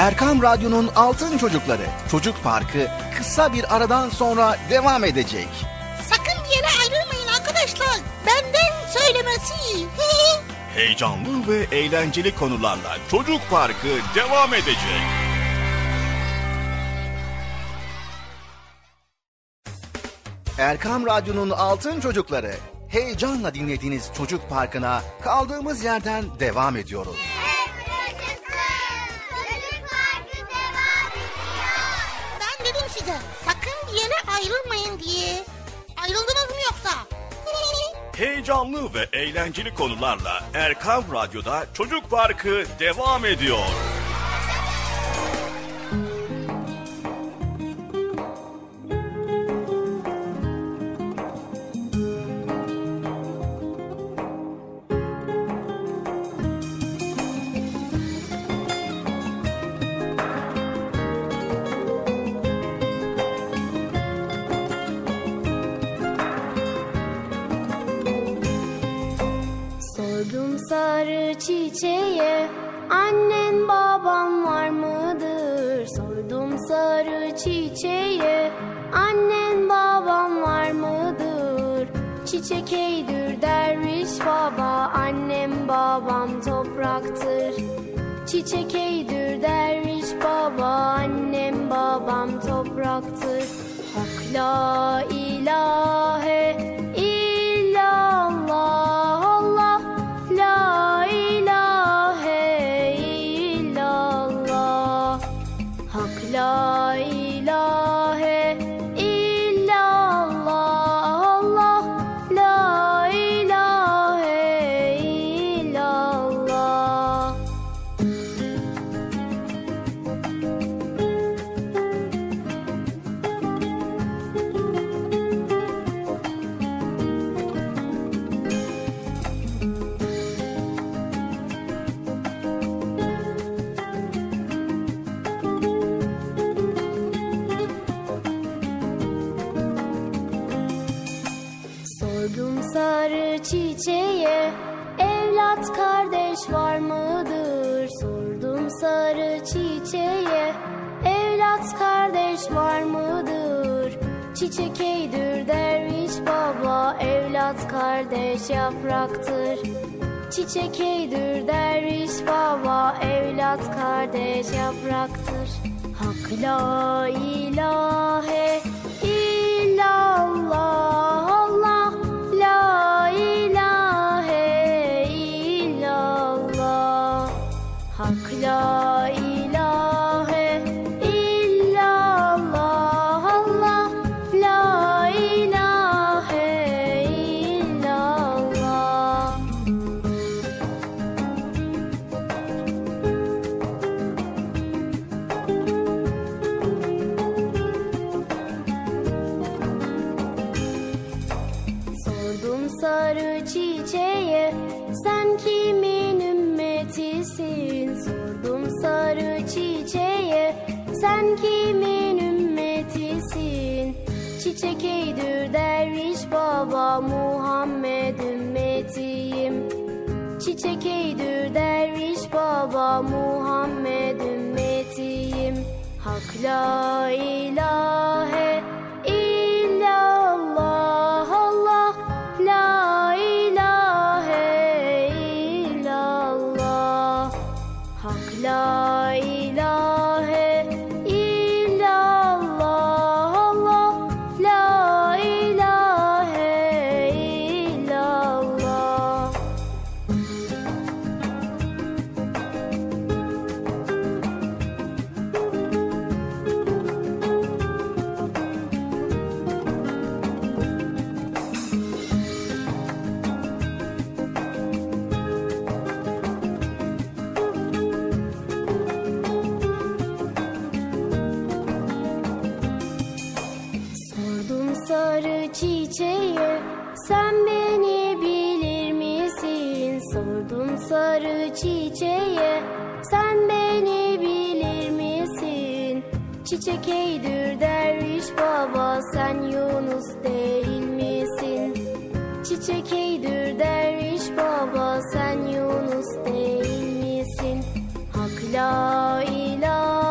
Erkam Radyo'nun Altın Çocukları Çocuk Parkı kısa bir aradan sonra devam edecek. Sakın bir yere ayrılmayın arkadaşlar. Benden söylemesi. Heyecanlı ve eğlenceli konularla Çocuk Parkı devam edecek. Erkam Radyo'nun Altın Çocukları, heyecanla dinlediğiniz Çocuk Parkı'na kaldığımız yerden devam ediyoruz. Ben dedim size sakın bir yere ayrılmayın diye. Ayrıldınız mı yoksa? Heyecanlı ve eğlenceli konularla Erkam Radyo'da Çocuk Parkı devam ediyor. Çiçeğe annen baban var mıdır? Sordum sarı çiçeğe annen baban var mıdır? Çiçek eydür derviş baba, annem babam topraktır. Çiçek eydür derviş baba, annem babam topraktır. Hak la ilahe illallah. La ilahe illallah. Hak la ilahe illallah. Allah la ilahe illallah. Sarı çiçeğe evlat kardeş var mıdır? Sordum sarı çiçeğe evlat kardeş var mıdır? Çiçek eydür derviş baba, evlat kardeş yapraktır. Çiçek eydür derviş baba, evlat kardeş yapraktır. Hak la ilahe illallah. La ilahe illallah. Hak la ilahe illallah. Allah la ilahe illallah. Sarı çiçeğe sen kimin ümmetisin? Sordum sarı çiçeğe sen kimin ümmetisin? Çiçek eydür derviş baba, Muhammed ümmetiyim. Çiçek eydür derviş baba, Muhammed ümmetiyim. Hak la ilahe illallah. Allah la ilahe illallah. Hak la ilahe illallah. Allah la ilahe illallah. Sarı çiçeğe sen beni bilir misin? Sordum sarı çiçeğe sen beni bilir misin? Çiçek eydür derviş baba, sen Yunus değil misin? Çiçek eydür derviş baba, sen Yunus değil misin? Hak la ilahe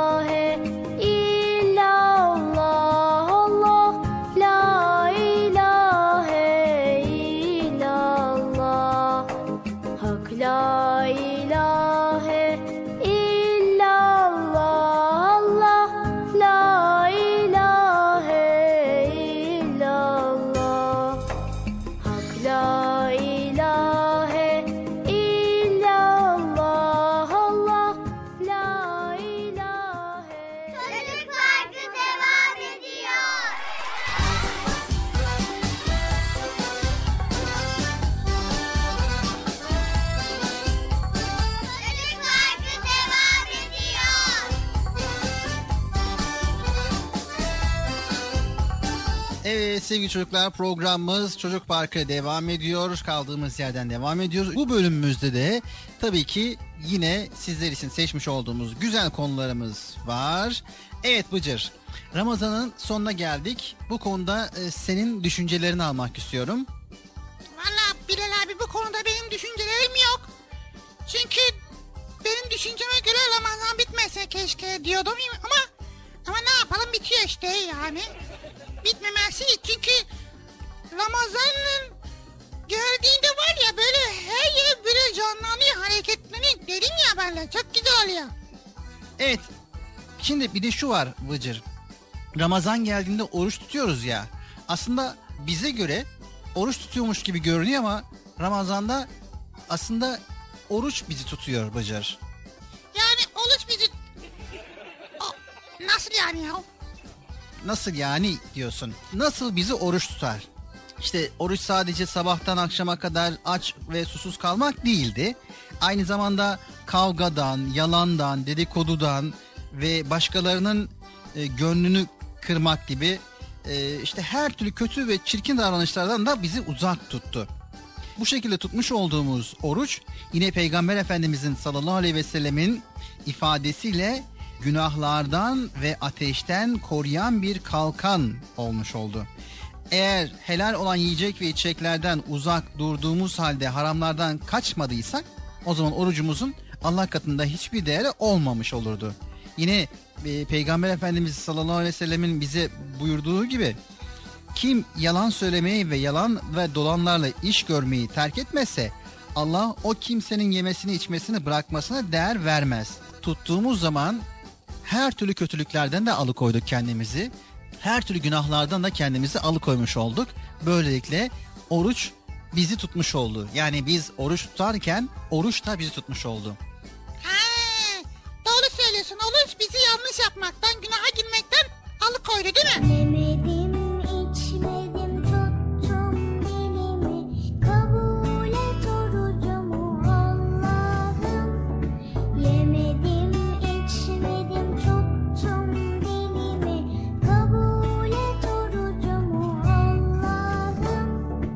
Evet sevgili çocuklar, programımız Çocuk Parkı devam ediyor. Kaldığımız yerden devam ediyoruz. Bu bölümümüzde de tabii ki yine sizler için seçmiş olduğumuz güzel konularımız var. Evet Bıcır, Ramazan'ın sonuna geldik. Bu konuda e, senin düşüncelerini almak istiyorum. Valla Bilal abi, bu konuda benim düşüncelerim yok. Çünkü benim düşünceme göre Ramazan bitmese keşke diyordum ama ama ne yapalım, bitiyor işte yani. Bitmemesi, çünkü Ramazan'ın geldiğinde var ya, böyle her yer böyle canlanıyor, hareketleniyor. Dedim ya benle, çok güzel oluyor. Evet, şimdi bir de şu var Bıcır. Ramazan geldiğinde oruç tutuyoruz ya. Aslında bize göre oruç tutuyormuş gibi görünüyor ama Ramazan'da aslında oruç bizi tutuyor Bıcır. Yani oruç bizi... O, nasıl yani ya? Nasıl yani diyorsun? Nasıl bizi oruç tutar? İşte oruç sadece sabahtan akşama kadar aç ve susuz kalmak değildi. Aynı zamanda kavgadan, yalandan, dedikodudan ve başkalarının e, gönlünü kırmak gibi e, işte her türlü kötü ve çirkin davranışlardan da bizi uzak tuttu. Bu şekilde tutmuş olduğumuz oruç yine Peygamber Efendimizin sallallahu aleyhi ve sellemin ifadesiyle günahlardan ve ateşten koruyan bir kalkan olmuş oldu. Eğer helal olan yiyecek ve içeceklerden uzak durduğumuz halde haramlardan kaçmadıysak o zaman orucumuzun Allah katında hiçbir değeri olmamış olurdu. Yine e, Peygamber Efendimiz sallallahu aleyhi ve sellemin bize buyurduğu gibi kim yalan söylemeyi ve yalan ve dolanlarla iş görmeyi terk etmezse Allah o kimsenin yemesini içmesini bırakmasına değer vermez. Tuttuğumuz zaman her türlü kötülüklerden de alıkoyduk kendimizi. Her türlü günahlardan da kendimizi alıkoymuş olduk. Böylelikle oruç bizi tutmuş oldu. Yani biz oruç tutarken oruç da bizi tutmuş oldu. Ha, doğru söylüyorsun. Oruç bizi yanlış yapmaktan, günaha girmekten alıkoydu değil mi? Yemedim, içmedim, tuttum dilimi, kabul et orucumu Allah'ım. Yemedim, içmedim, tuttum dilimi, kabul et orucumu Allah'ım.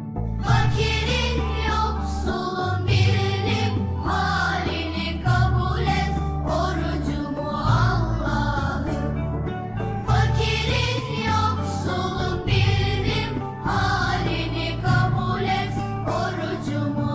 Fakirin yoksulun birinin halini kabul et orucumu Allah'ım. Fakirin yoksulun birinin halini kabul et orucumu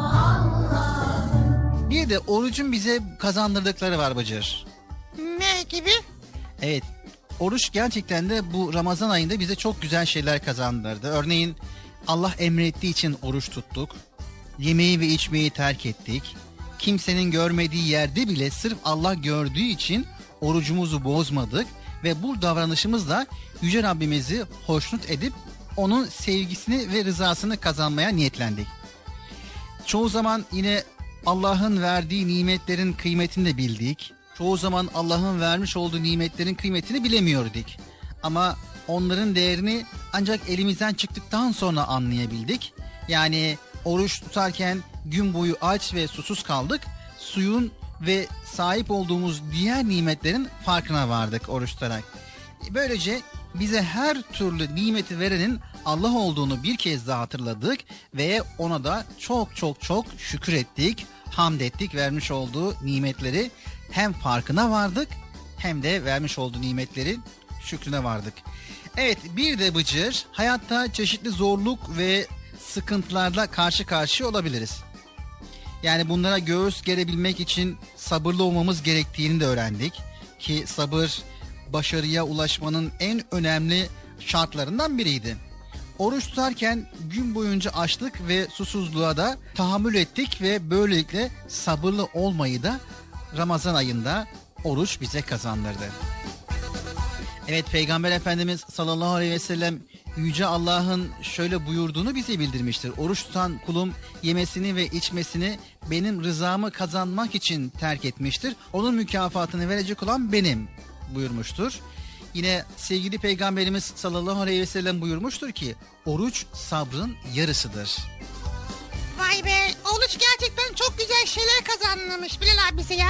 Allah'ım. Bir de orucun bize kazandırdıkları var Bıcır. Ne gibi? Evet, oruç gerçekten de bu Ramazan ayında bize çok güzel şeyler kazandırdı. Örneğin Allah emrettiği için oruç tuttuk. Yemeği ve içmeyi terk ettik. Kimsenin görmediği yerde bile sırf Allah gördüğü için orucumuzu bozmadık. Ve bu davranışımızla Yüce Rabbimizi hoşnut edip onun sevgisini ve rızasını kazanmaya niyetlendik. Çoğu zaman yine Allah'ın verdiği nimetlerin kıymetini de bildik. Çoğu zaman Allah'ın vermiş olduğu nimetlerin kıymetini bilemiyorduk. Ama onların değerini ancak elimizden çıktıktan sonra anlayabildik. Yani oruç tutarken gün boyu aç ve susuz kaldık. Suyun ve sahip olduğumuz diğer nimetlerin farkına vardık oruç tutarak. Böylece bize her türlü nimeti verenin Allah olduğunu bir kez daha hatırladık ve ona da çok çok çok şükür ettik, hamd ettik. Vermiş olduğu nimetleri hem farkına vardık hem de vermiş olduğu nimetlerin şükrüne vardık. Evet, bir de Bıcır, hayatta çeşitli zorluk ve sıkıntılarla karşı karşıya olabiliriz. Yani bunlara göğüs gerebilmek için sabırlı olmamız gerektiğini de öğrendik. Ki sabır başarıya ulaşmanın en önemli şartlarından biriydi. Oruç tutarken gün boyunca açlık ve susuzluğa da tahammül ettik ve böylelikle sabırlı olmayı da Ramazan ayında oruç bize kazandırdı. Evet, Peygamber Efendimiz sallallahu aleyhi ve sellem Yüce Allah'ın şöyle buyurduğunu bize bildirmiştir. Oruç tutan kulum yemesini ve içmesini benim rızamı kazanmak için terk etmiştir. Onun mükafatını verecek olan benim buyurmuştur. Yine sevgili Peygamberimiz sallallahu aleyhi ve sellem buyurmuştur ki oruç sabrın yarısıdır. Vay be, oruç gerçekten çok güzel şeyler kazanmış Bilal abi bize ya.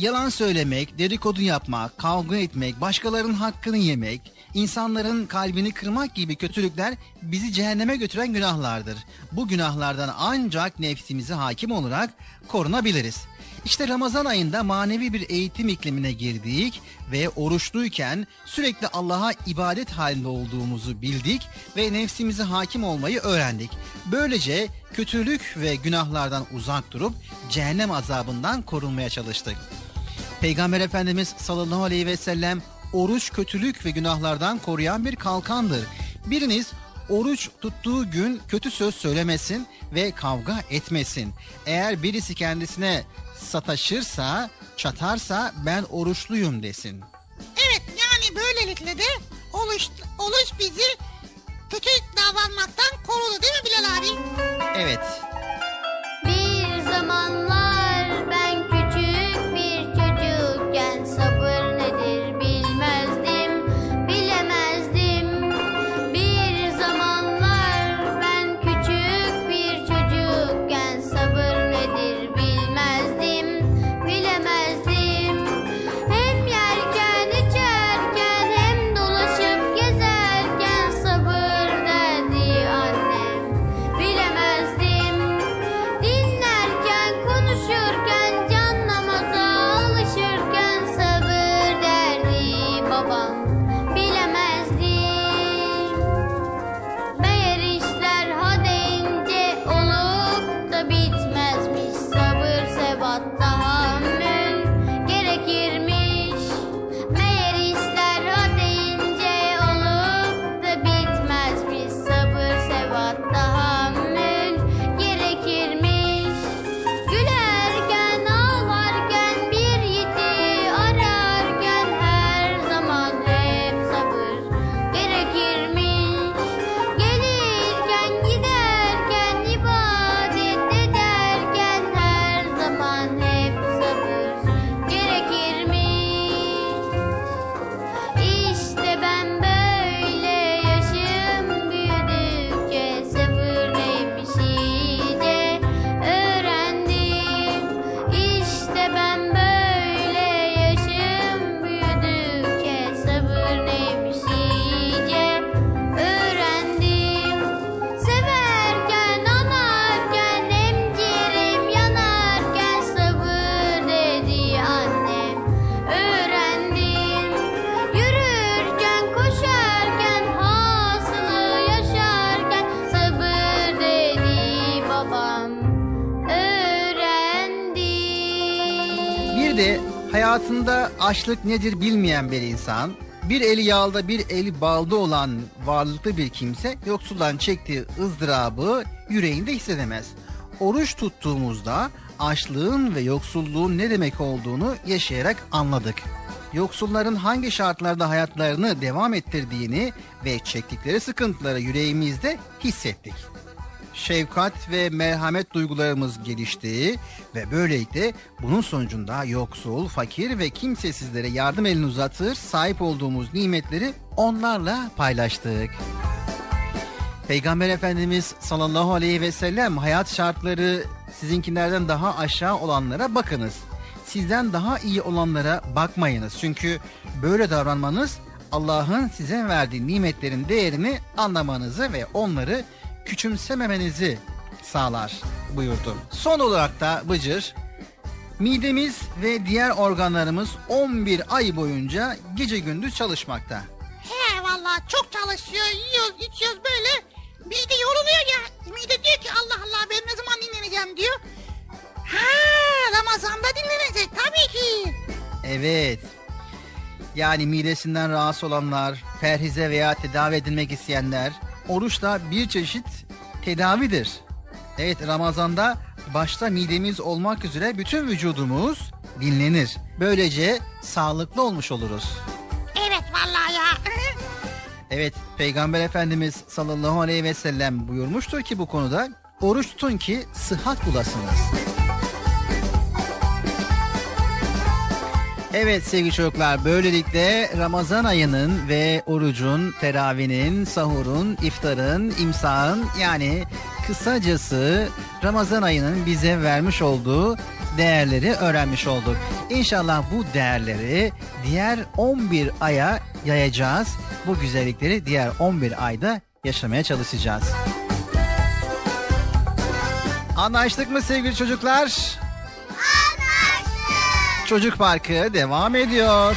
Yalan söylemek, dedikodu yapmak, kavga etmek, başkalarının hakkını yemek, insanların kalbini kırmak gibi kötülükler bizi cehenneme götüren günahlardır. Bu günahlardan ancak nefsimize hakim olarak korunabiliriz. İşte Ramazan ayında manevi bir eğitim iklimine girdik ve oruçluyken sürekli Allah'a ibadet halinde olduğumuzu bildik ve nefsimize hakim olmayı öğrendik. Böylece kötülük ve günahlardan uzak durup cehennem azabından korunmaya çalıştık. Peygamber Efendimiz sallallahu aleyhi ve sellem oruç kötülük ve günahlardan koruyan bir kalkandır. Biriniz oruç tuttuğu gün kötü söz söylemesin ve kavga etmesin. Eğer birisi kendisine sataşırsa, çatarsa ben oruçluyum desin. Evet, yani böylelikle de oruç, oruç bizi kötü davranmaktan korudu değil mi Bilal abi? Evet. Bir zamanlar ben küçük bir çocukken sabır nedir bilmezdim, bilemezdim. Bir zamanlar ben küçük bir çocukken sabır nedir bilmezdim, bilemezdim. Hem yerken içerken hem dolaşıp gezerken sabır derdi annem, bilemezdim. Dinlerken konuşurken can namaza alışırken sabır derdi babam, bilemezdim. Meğer işler ha deyince olup da bitmezmiş, sabır sebat tahammül gerekirmiş. Meğer işler ha deyince olup da bitmezmiş, sabır sebat tahammül gerekirmiş. Gülerken ağlarken bir yiğidi ararken her zaman hep sabır gerekirmiş. Gelirken giderken ibadet ederken her zaman hep sabır gerekirmiş. İşte ben böyle yaşım büyüdükçe sabır neymiş iyice öğrendim. İşte ben böyle yaşım büyüdükçe sabır neymiş iyice öğrendim. Severken anarken emciğerim yanarken sabır dedi annem, öğrendim. Yürürken koşarken hasılı yaşarken sabır dedi babam, öğrendim. Bir de hayatında açlık nedir bilmeyen bir insan, bir eli yağda bir eli balda olan varlıklı bir kimse yoksuldan çektiği ızdırabı yüreğinde hissedemez. Oruç tuttuğumuzda açlığın ve yoksulluğun ne demek olduğunu yaşayarak anladık. Yoksulların hangi şartlarda hayatlarını devam ettirdiğini ve çektikleri sıkıntıları yüreğimizde hissettik. Şefkat ve merhamet duygularımız gelişti ve böylelikle bunun sonucunda yoksul, fakir ve kimsesizlere yardım elini uzatır, sahip olduğumuz nimetleri onlarla paylaştık. Peygamber Efendimiz sallallahu aleyhi ve sellem hayat şartları sizinkilerden daha aşağı olanlara bakınız. Sizden daha iyi olanlara bakmayınız. Çünkü böyle davranmanız Allah'ın size verdiği nimetlerin değerini anlamanızı ve onları küçümsememenizi sağlar buyurdu. Son olarak da Bıcır, midemiz ve diğer organlarımız on bir ay boyunca gece gündüz çalışmakta. He vallahi çok çalışıyor, yiyoruz, içiyoruz böyle. Mide yoruluyor ya. Mide diyor ki Allah Allah ben ne zaman dinleneceğim diyor. Ha, Ramazan'da dinlenecek tabii ki. Evet. Yani midesinden rahatsız olanlar, perhize veya tedavi edilmek isteyenler, oruç da bir çeşit tedavidir. Evet, Ramazan'da başta midemiz olmak üzere bütün vücudumuz dinlenir. Böylece sağlıklı olmuş oluruz. Evet vallahi ya. Evet, Peygamber Efendimiz sallallahu aleyhi ve sellem buyurmuştur ki bu konuda, oruç tutun ki sıhhat bulasınız. Evet sevgili çocuklar, böylelikle Ramazan ayının ve orucun, teravinin, sahurun, iftarın, imsağın yani kısacası Ramazan ayının bize vermiş olduğu değerleri öğrenmiş olduk. İnşallah bu değerleri diğer on bir aya yayacağız. Bu güzellikleri diğer on bir ayda yaşamaya çalışacağız. Anlaştık mı sevgili çocuklar? Anlaştık. Çocuk Parkı devam ediyor.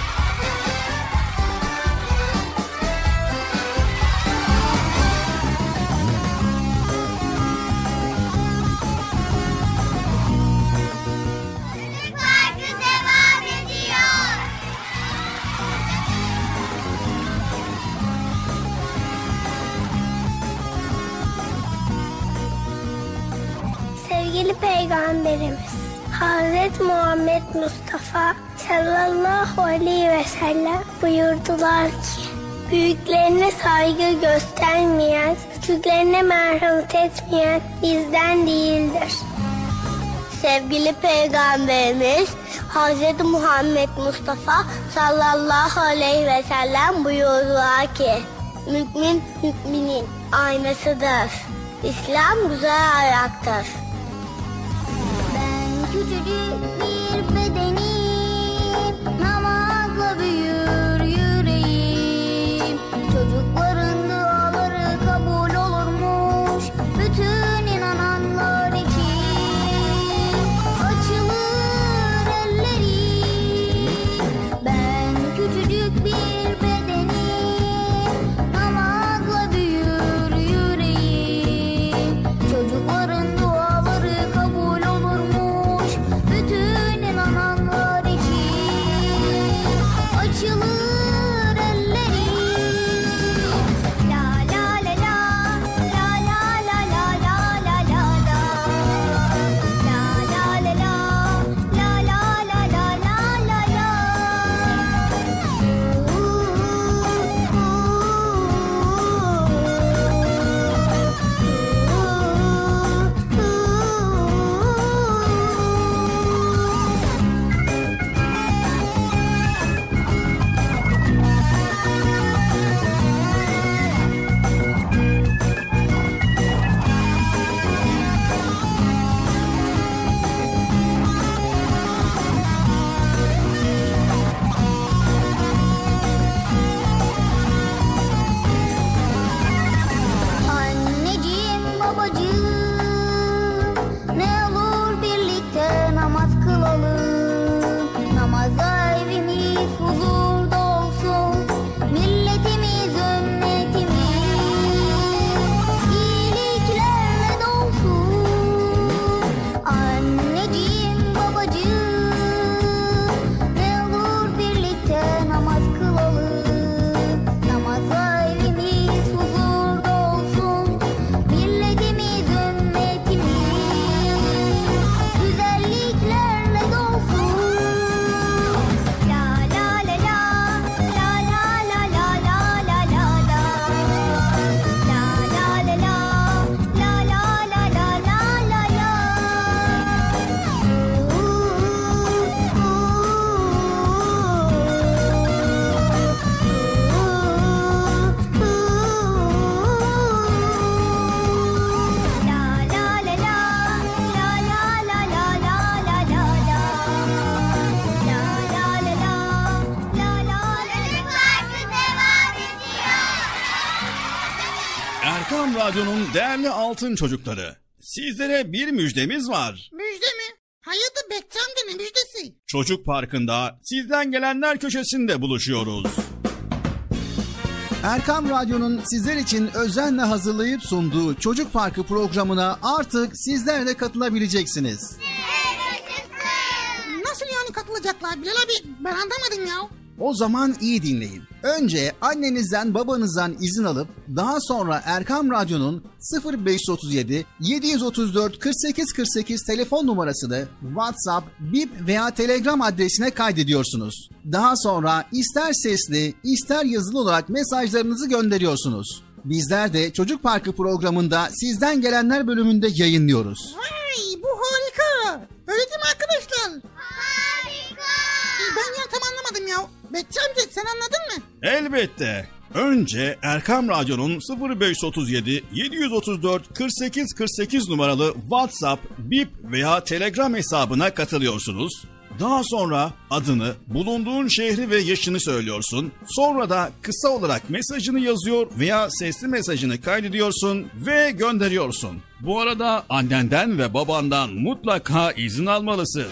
Sevgili Peygamberimiz Hazreti Muhammed Mustafa sallallahu aleyhi ve sellem buyurdular ki büyüklerine saygı göstermeyen, küçüklerine merhamet etmeyen bizden değildir. Sevgili Peygamberimiz Hazreti Muhammed Mustafa sallallahu aleyhi ve sellem buyurdular ki mümin müminin aynasıdır. İslam güzel ayaktır. Küçücük bir bedenim, namazla büyür yüreğim. Çocukların duaları kabul olurmuş, bütün inananlar için. Açılır ellerim, ben küçücük bir bedenim, namazla büyür yüreğim. Çocukların duaları kabul olurmuş, bütün inananlar için. Açılır ellerim. La la la la, la la la la la la la la. La la la la, la la la la la la la. Anneciğim, babacığım, ne olur birlikte namaz kılalım. Namaza evimiz huzurda olsun, milletimiz, ümmetimiz iyiliklerle dolsun. Anneciğim, babacığım, ne olur birlikte namaz kılalım. Namaza evimiz huzurda olsun, milletimiz, ümmetimiz güzelliklerle dolsun. La la la la, la la la la la la la la. La la la la, la la la la la la la. La la la la, la la la la la la la la. La la la la, la la la la. Erkam Radyo'nun değerli altın çocukları. Sizlere bir müjdemiz var. Müjde mi? Hayırdır Bekçi amca, ne müjdesi? Çocuk Parkı'nda sizden gelenler köşesinde buluşuyoruz. Erkam Radyo'nun sizler için özenle hazırlayıp sunduğu Çocuk Parkı programına artık sizler de katılabileceksiniz. Nasıl yani katılacaklar Bilal abi? Ben anlamadım ya. O zaman iyi dinleyin. Önce annenizden babanızdan izin alıp daha sonra Erkam Radyo'nun sıfır beş otuz yedi yedi otuz dört kırk sekiz kırk sekiz telefon numarasını WhatsApp, Bip veya Telegram adresine kaydediyorsunuz. Daha sonra ister sesli ister yazılı olarak mesajlarınızı gönderiyorsunuz. Bizler de Çocuk Parkı programında sizden gelenler bölümünde yayınlıyoruz. Vay, bu harika. Öyle değil mi arkadaşlar? Harika. Ben ya tam anlamadım ya. Bekçi amca sen anladın mı? Elbette. Önce Erkam Radyo'nun sıfır beş otuz yedi yedi otuz dört kırk sekiz kırk sekiz numaralı WhatsApp, Bip veya Telegram hesabına katılıyorsunuz. Daha sonra adını, bulunduğun şehri ve yaşını söylüyorsun. Sonra da kısa olarak mesajını yazıyor veya sesli mesajını kaydediyorsun ve gönderiyorsun. Bu arada annenden ve babandan mutlaka izin almalısın.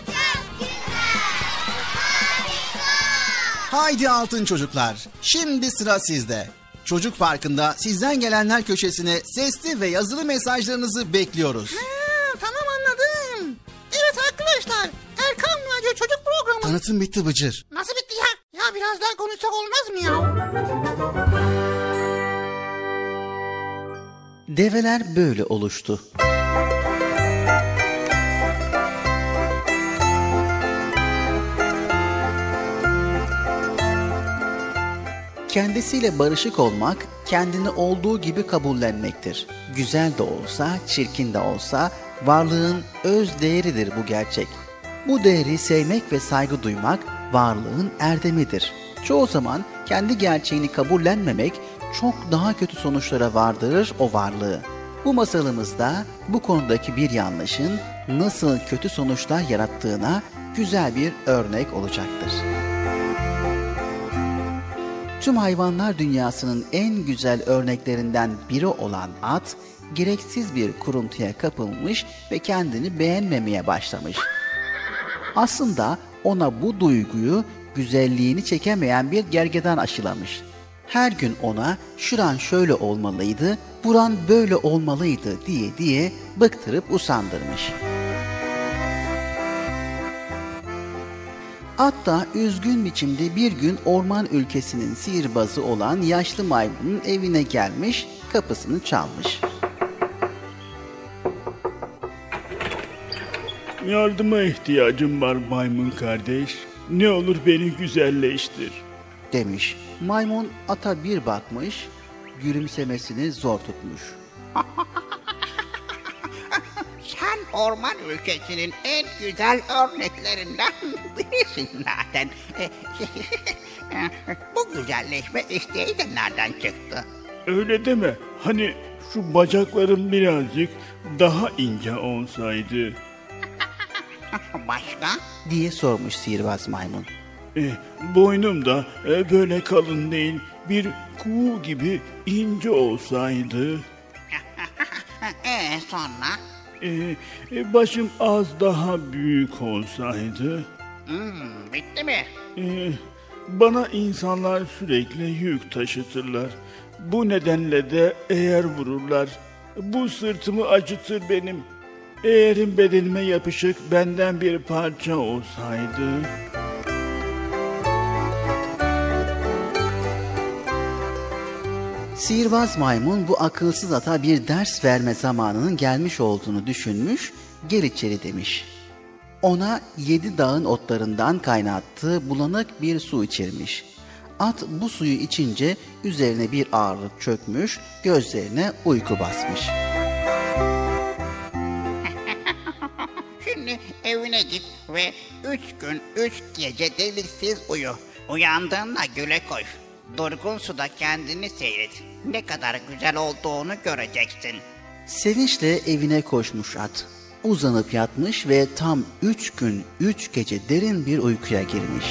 Haydi altın çocuklar, şimdi sıra sizde. Çocuk Parkı'nda sizden gelenler köşesine sesli ve yazılı mesajlarınızı bekliyoruz. Ha, tamam anladım. Evet arkadaşlar, Erkam Radyo Çocuk Programı. Tanıtım bitti Bıcır. Nasıl bitti ya? Ya biraz daha konuşsak olmaz mı ya? Develer böyle oluştu. Kendisiyle barışık olmak, kendini olduğu gibi kabullenmektir. Güzel de olsa, çirkin de olsa, varlığın öz değeridir bu gerçek. Bu değeri sevmek ve saygı duymak, varlığın erdemidir. Çoğu zaman kendi gerçeğini kabullenmemek, çok daha kötü sonuçlara vardırır o varlığı. Bu masalımızda bu konudaki bir yanlışın nasıl kötü sonuçlar yarattığına güzel bir örnek olacaktır. Tüm hayvanlar dünyasının en güzel örneklerinden biri olan at, gereksiz bir kuruntuya kapılmış ve kendini beğenmemeye başlamış. Aslında ona bu duyguyu güzelliğini çekemeyen bir gergedan aşılamış. Her gün ona şuran şöyle olmalıydı, buran böyle olmalıydı diye diye bıktırıp usandırmış. At da üzgün biçimde bir gün orman ülkesinin sihirbazı olan yaşlı maymunun evine gelmiş, kapısını çalmış. Yardıma ihtiyacım var maymun kardeş. Ne olur beni güzelleştir. Demiş. Maymun ata bir bakmış, gülümsemesini zor tutmuş. Sen orman ülkesinin en güzel örneklerinden birisin zaten. Bu güzelleşme isteği de nereden çıktı? Öyle deme. Hani şu bacaklarım birazcık daha ince olsaydı. Başka? Diye sormuş sihirbaz maymun. E, boynum da e, böyle kalın değil, bir kuğu gibi ince olsaydı. Ee sonra? E, e, başım az daha büyük olsaydı. Hmm, bitti mi? E, bana insanlar sürekli yük taşıtırlar. Bu nedenle de eğer vururlar. Bu sırtımı acıtır benim. Eğerim bedenime yapışık benden bir parça olsaydı. Sihirbaz maymun bu akılsız ata bir ders verme zamanının gelmiş olduğunu düşünmüş, gel içeri demiş. Ona yedi dağın otlarından kaynattığı bulanık bir su içirmiş. At bu suyu içince üzerine bir ağırlık çökmüş, gözlerine uyku basmış. Şimdi evine git ve üç gün üç gece deliksiz uyu. Uyandığında güle koş. Durgun suda kendini seyret. Ne kadar güzel olduğunu göreceksin. Sevinçle evine koşmuş at. Uzanıp yatmış ve tam üç gün üç gece derin bir uykuya girmiş.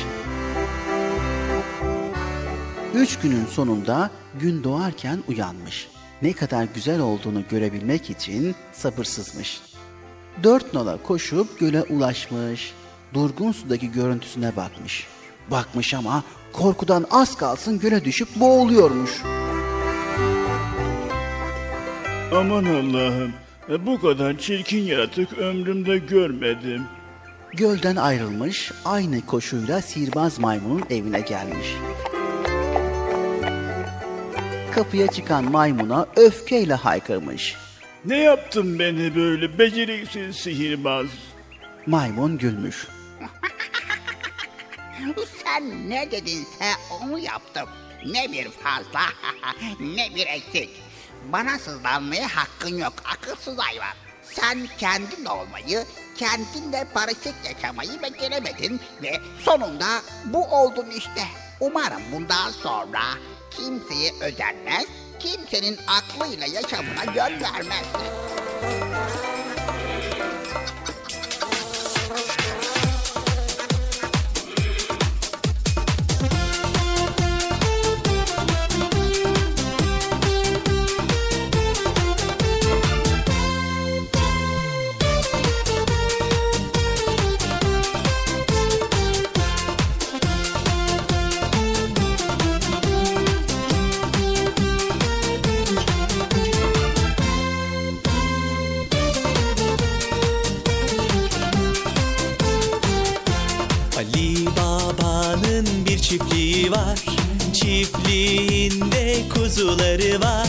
Üç günün sonunda gün doğarken uyanmış. Ne kadar güzel olduğunu görebilmek için sabırsızmış. Dört nala koşup göle ulaşmış. Durgun sudaki görüntüsüne bakmış. Bakmış ama korkudan az kalsın göle düşüp boğuluyormuş. Aman Allah'ım, bu kadar çirkin yaratık ömrümde görmedim. Gölden ayrılmış, aynı koşuyla sihirbaz maymunun evine gelmiş. Kapıya çıkan maymuna öfkeyle haykırmış. Ne yaptın beni böyle beceriksiz sihirbaz? Maymun gülmüş. Sen ne dedinse onu yaptım. Ne bir fazla ne bir eksik. Bana sızlanmaya hakkın yok akılsız hayvan. Sen kendin olmayı, kendinle barışık yaşamayı beceremedin ve sonunda bu oldun işte. Umarım bundan sonra kimseye özenmez, kimsenin aklıyla yaşamına yön vermezdi. Çiftliği var, çiftliğinde kuzuları var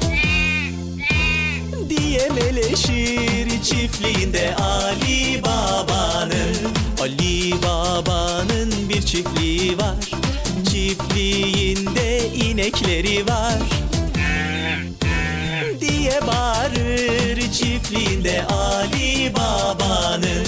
diye meleşir çiftliğinde Ali Baba'nın. Ali Baba'nın bir çiftliği var, çiftliğinde inekleri var diye bağırır çiftliğinde Ali Baba'nın.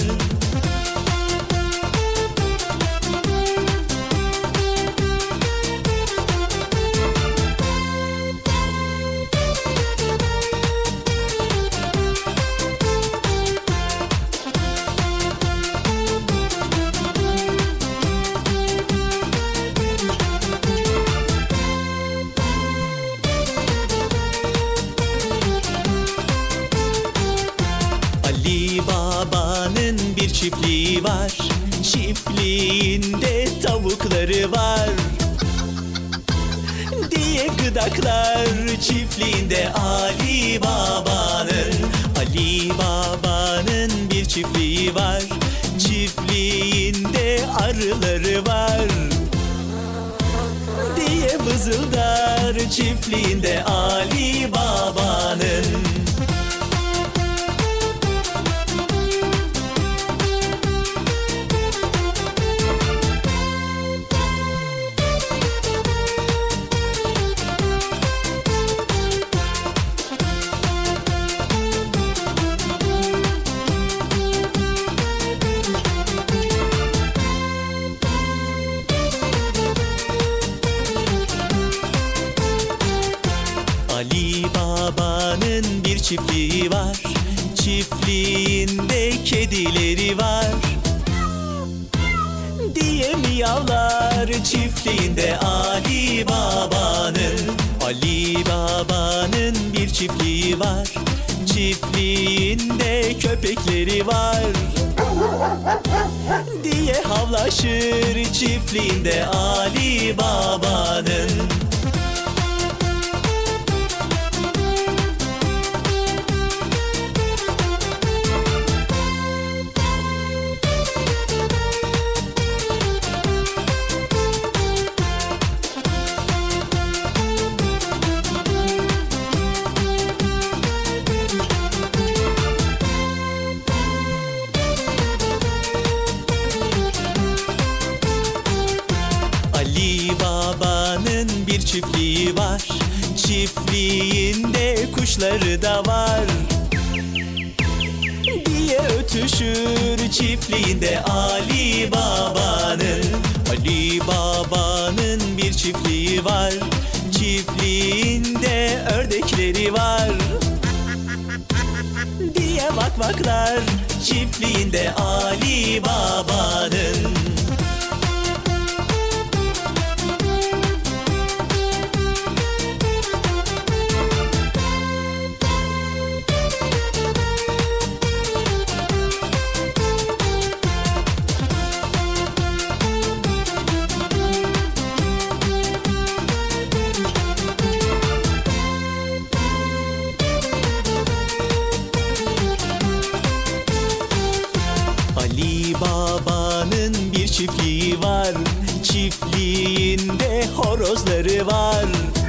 Çiftliği var, çiftliğinde tavukları var diye gıdaklar çiftliğinde Ali Baba'nın. Ali Baba'nın bir çiftliği var, çiftliğinde arıları var diye vızıldar çiftliğinde Ali Baba'nın. Çiftliği var, çiftliğinde kedileri var diye miyavlar çiftliğinde Ali Baba'nın. Ali Baba'nın bir çiftliği var, çiftliğinde köpekleri var diye havlaşır çiftliğinde Ali Baba'nın. Çiftliği var, çiftliğinde kuşları da var diye ötüşür çiftliğinde Ali Baba'nın. Ali Baba'nın bir çiftliği var, çiftliğinde ördekleri var diye vakvaklar çiftliğinde Ali Baba'nın. Çiftliği var, çiftliğinde horozları var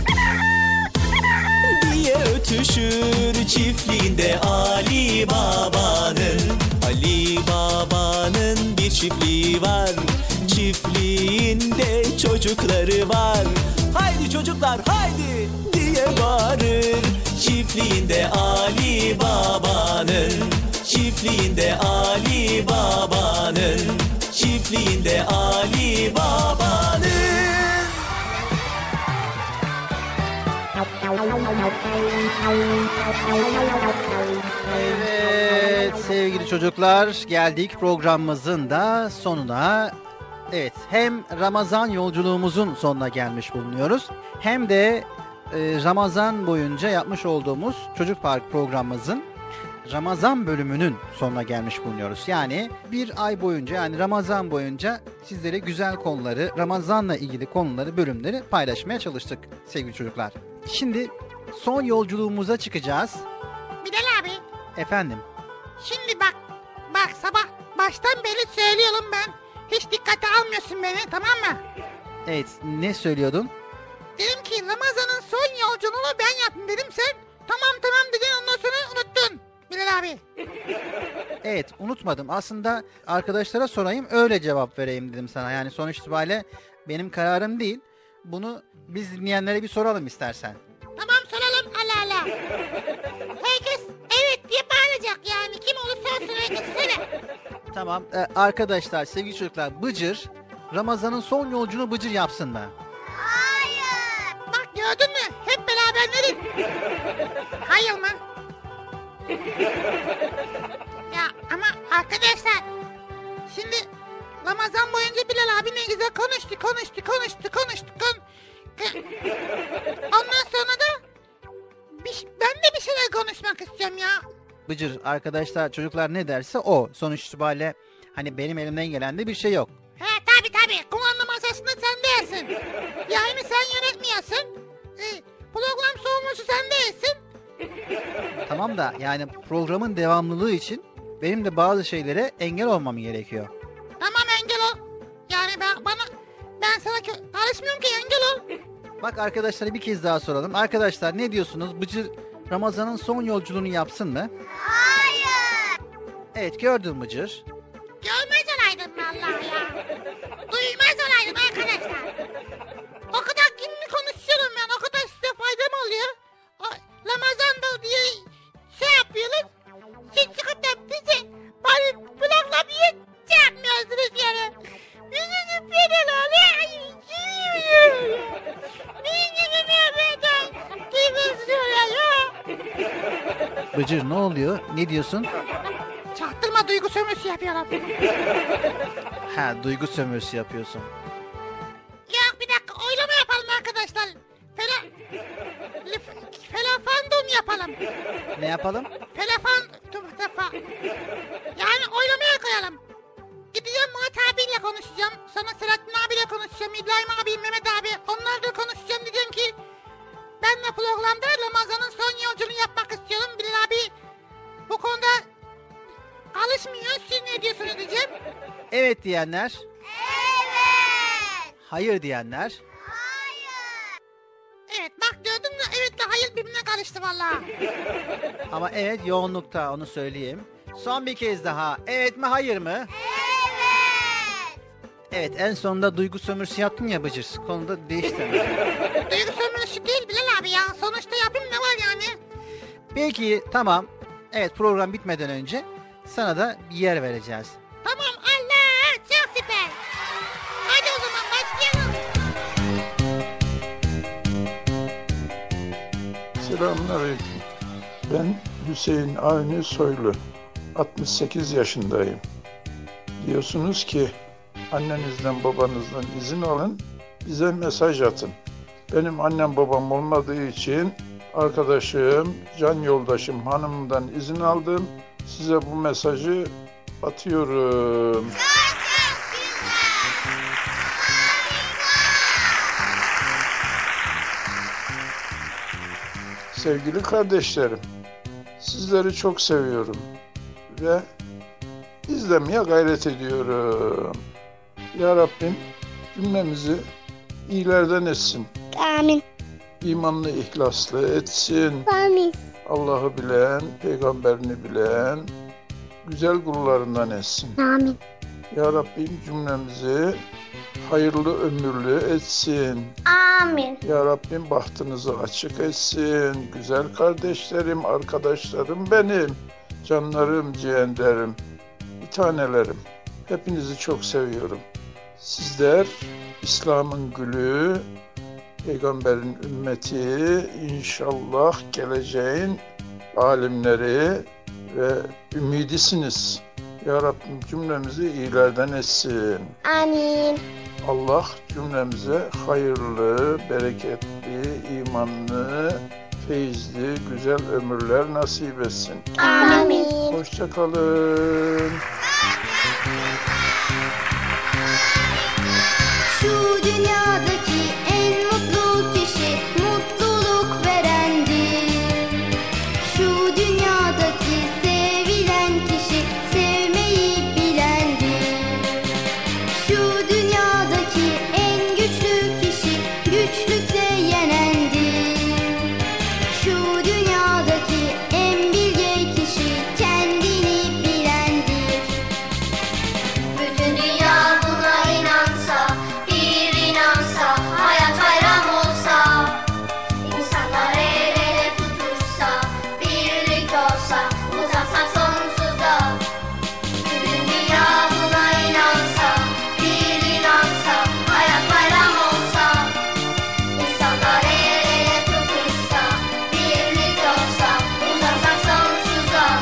diye ötüşür çiftliğinde Ali Baba'nın. Ali Baba'nın bir çiftliği var, çiftliğinde çocukları var. Haydi çocuklar haydi diye bağırır çiftliğinde Ali Baba'nın. Çiftliğinde Ali Baba'nın. Çiftliğinde Ali Baba'nın. Evet sevgili çocuklar, geldik programımızın da sonuna. Evet, hem Ramazan yolculuğumuzun sonuna gelmiş bulunuyoruz. Hem de e, Ramazan boyunca yapmış olduğumuz Çocuk Park programımızın Ramazan bölümünün sonuna gelmiş bulunuyoruz. Yani bir ay boyunca, yani Ramazan boyunca sizlere güzel konuları, Ramazan'la ilgili konuları, bölümleri paylaşmaya çalıştık sevgili çocuklar. Şimdi son yolculuğumuza çıkacağız. Bilal abi. Efendim? Şimdi bak, bak sabah baştan beri söylüyorum ben. Hiç dikkate almıyorsun beni, tamam mı? Evet, ne söylüyordun? Dedim ki Ramazan'ın son yolculuğunu ben yaptım dedim, sen tamam tamam dedin, ondan sonra unuttun Bilal abi. Evet, unutmadım. Aslında arkadaşlara sorayım, öyle cevap vereyim dedim sana. Yani sonuç itibariyle benim kararım değil. Bunu biz dinleyenlere bir soralım istersen. Tamam soralım, ala ala. Herkes evet diye bağıracak yani, kim olursa olsun herkes söyle. Tamam, ee, arkadaşlar, sevgili çocuklar, Bıcır Ramazan'ın son yolculuğunu Bıcır yapsın mı? Hayır. Bak gördün mü? Hep beraber dedik. Hayır mı? Ya ama arkadaşlar, şimdi Ramazan boyunca Bilal abi ne güzel konuştu, konuştu, konuştu, konuştu. Kon... Ondan sonra da bir, ben de bir şeyler konuşmak istiyorum ya. Bıcır, arkadaşlar, çocuklar ne derse o. Sonuç itibariyle hani benim elimden gelen de bir şey yok. He tabi tabi, kumanda masasında sen değilsin. Yani sen yönetmiyorsun. Ee, program sorumlusu sen değilsin. Tamam da yani programın devamlılığı için benim de bazı şeylere engel olmam gerekiyor. Tamam, engel ol. Yani ben bana ben sana kö- karışmıyorum ki, engel ol. Bak arkadaşlara bir kez daha soralım. Arkadaşlar ne diyorsunuz? Bıcır Ramazan'ın son yolculuğunu yapsın mı? Hayır. Evet, gördün Bıcır. Görmez olaydım vallahi ya. Duymaz olaydım arkadaşlar. O kadar kimli konuşuyorum ben. O kadar size faydam oluyor. O, Ramazan'da diye şey yapıyoruz. Siz çıkıp da bizi bari blokla bir şey yapmıyorsunuz yani. Bizi süpürün öyle. Bıcır ne oluyor? Ne diyorsun? Çaktırma, duygu sömürüsü yapıyorum. Ha, duygu sömürüsü yapıyorsun. Ya bir dakika, oylama yapalım arkadaşlar. Fela... Lif- Felafandum yapalım. Ne yapalım? Felafandum defa. Yani oylamaya koyalım. Gideceğim Murat abiyle konuşacağım. Sonra Selahattin abiyle konuşacağım. İbrahim abi, Mehmet abi. Onlarla konuşacağım. Diyeceğim ki ben de programda Ramazan'ın son yolculuğunu yapmak istiyorum. Bilal abi bu konuda alışmıyor. Siz ne diyorsunuz diyeceğim. Evet diyenler. Evet. Hayır diyenler. Hayır. Evet bak gördün mü? Evetle hayır birbirine karıştı vallahi. Ama evet yoğunlukta, onu söyleyeyim. Son bir kez daha. Evet mi hayır mı? Evet. Evet, en sonunda duygu sömürüsü yaptın ya Bıcır. Konuda değiştirme. Duygu sömürüsü değil Bilal abi ya. Sonuçta yapayım, ne var yani? Peki tamam. Evet, program bitmeden önce sana da bir yer vereceğiz. Tamam, Allah çok süper. Hadi o zaman başlayalım. Selamünaleyküm. Ben Hüseyin Avni Soylu. altmış sekiz yaşındayım. Diyorsunuz ki annenizden babanızdan izin alın, bize mesaj atın. Benim annem babam olmadığı için arkadaşım, can yoldaşım, hanımımdan izin aldım. Size bu mesajı atıyorum. Sevgili kardeşlerim, sizleri çok seviyorum ve izlemeye gayret ediyorum. Ya Rabbim cümlemizi iyilerden etsin. Amin. İmanlı, ihlaslı etsin. Amin. Allah'ı bilen, peygamberini bilen, güzel kullarından etsin. Amin. Ya Rabbim cümlemizi hayırlı ömürlü etsin. Amin. Ya Rabbim bahtınızı açık etsin. Güzel kardeşlerim, arkadaşlarım benim. Canlarım, ciğerlerim, bir tanelerim. Hepinizi çok seviyorum. Sizler İslam'ın gülü, Peygamberin ümmeti, inşallah geleceğin alimleri ve ümidisiniz. Ya Rabbim cümlemizi iyilerden etsin. Amin. Allah cümlemize hayırlı, bereketli, imanlı, feyizli, güzel ömürler nasip etsin. Amin. Hoşça kalın. Şu dünyadaki en mutlu kişi mutluluk verendir. Şu dünyadaki sevilen kişi sevmeyi bilendir. Şu dünyadaki en güçlü kişi güçlükle yenendir. Şu dünyadaki en bilge kişi kendini bilendir. Bütün dünya buna inansa, bir inansa, hayat bayram olsa, insanlar el ele tutuşsa, birlik olsa, uzansak sonsuza. Bütün dünya buna inansa, bir inansa, hayat bayram olsa, insanlar el ele tutuşsa, birlik olsa, uzansak sonsuza.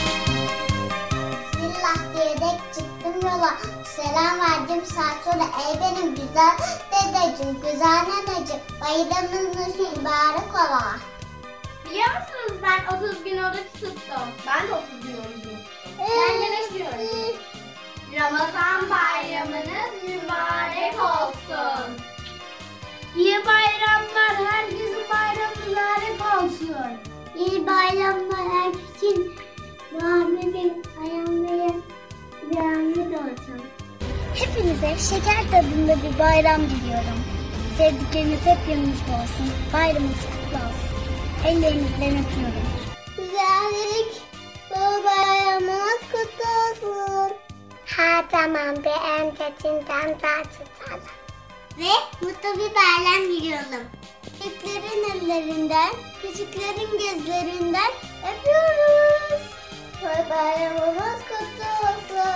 Bismillah diyerek çıktım yola. Selam verdim saat sonra ey benim güzel dedeciğim, güzel neneciğim, bayramınız mübarek ola. Biliyor musunuz ben otuz gün oruç tuttum. Ben de otuz gün orucum. Ben de beş gün orucum. Ramazan bayramınız mübarek olsun. İyi bayramlar, herkesin bayramı mübarek olsun. İyi bayramlar, herkesin Muhammed'in ayağını bir olsun. Hepinize şeker tadında bir bayram diliyorum. Sevdikleriniz hep yanınızda olsun. Bayramınız kutlu olsun. Ellerinizden öpüyorum. Güzellik, bu bayramınız kutlu olsun. Her zaman bir emcetinden daha tutalım. Ve mutlu bir bayram diliyorum. Büyüklerin ellerinden, küçüklerin gözlerinden öpüyoruz. Bayramımız kutlu olsun.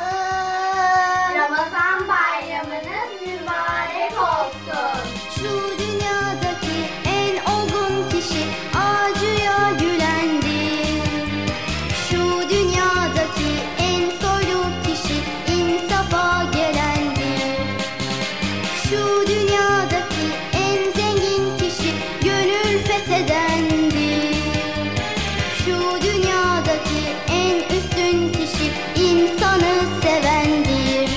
Ramazan bayramınız mübarek olsun. Şu dünyadaki en olgun kişi acıya gülendir. Şu dünyadaki en soylu kişi insafa gelendir. Şu dünyadaki en zengin kişi gönül fethedendir. Şu dünyadaki en üstün kişi insanı sevendir.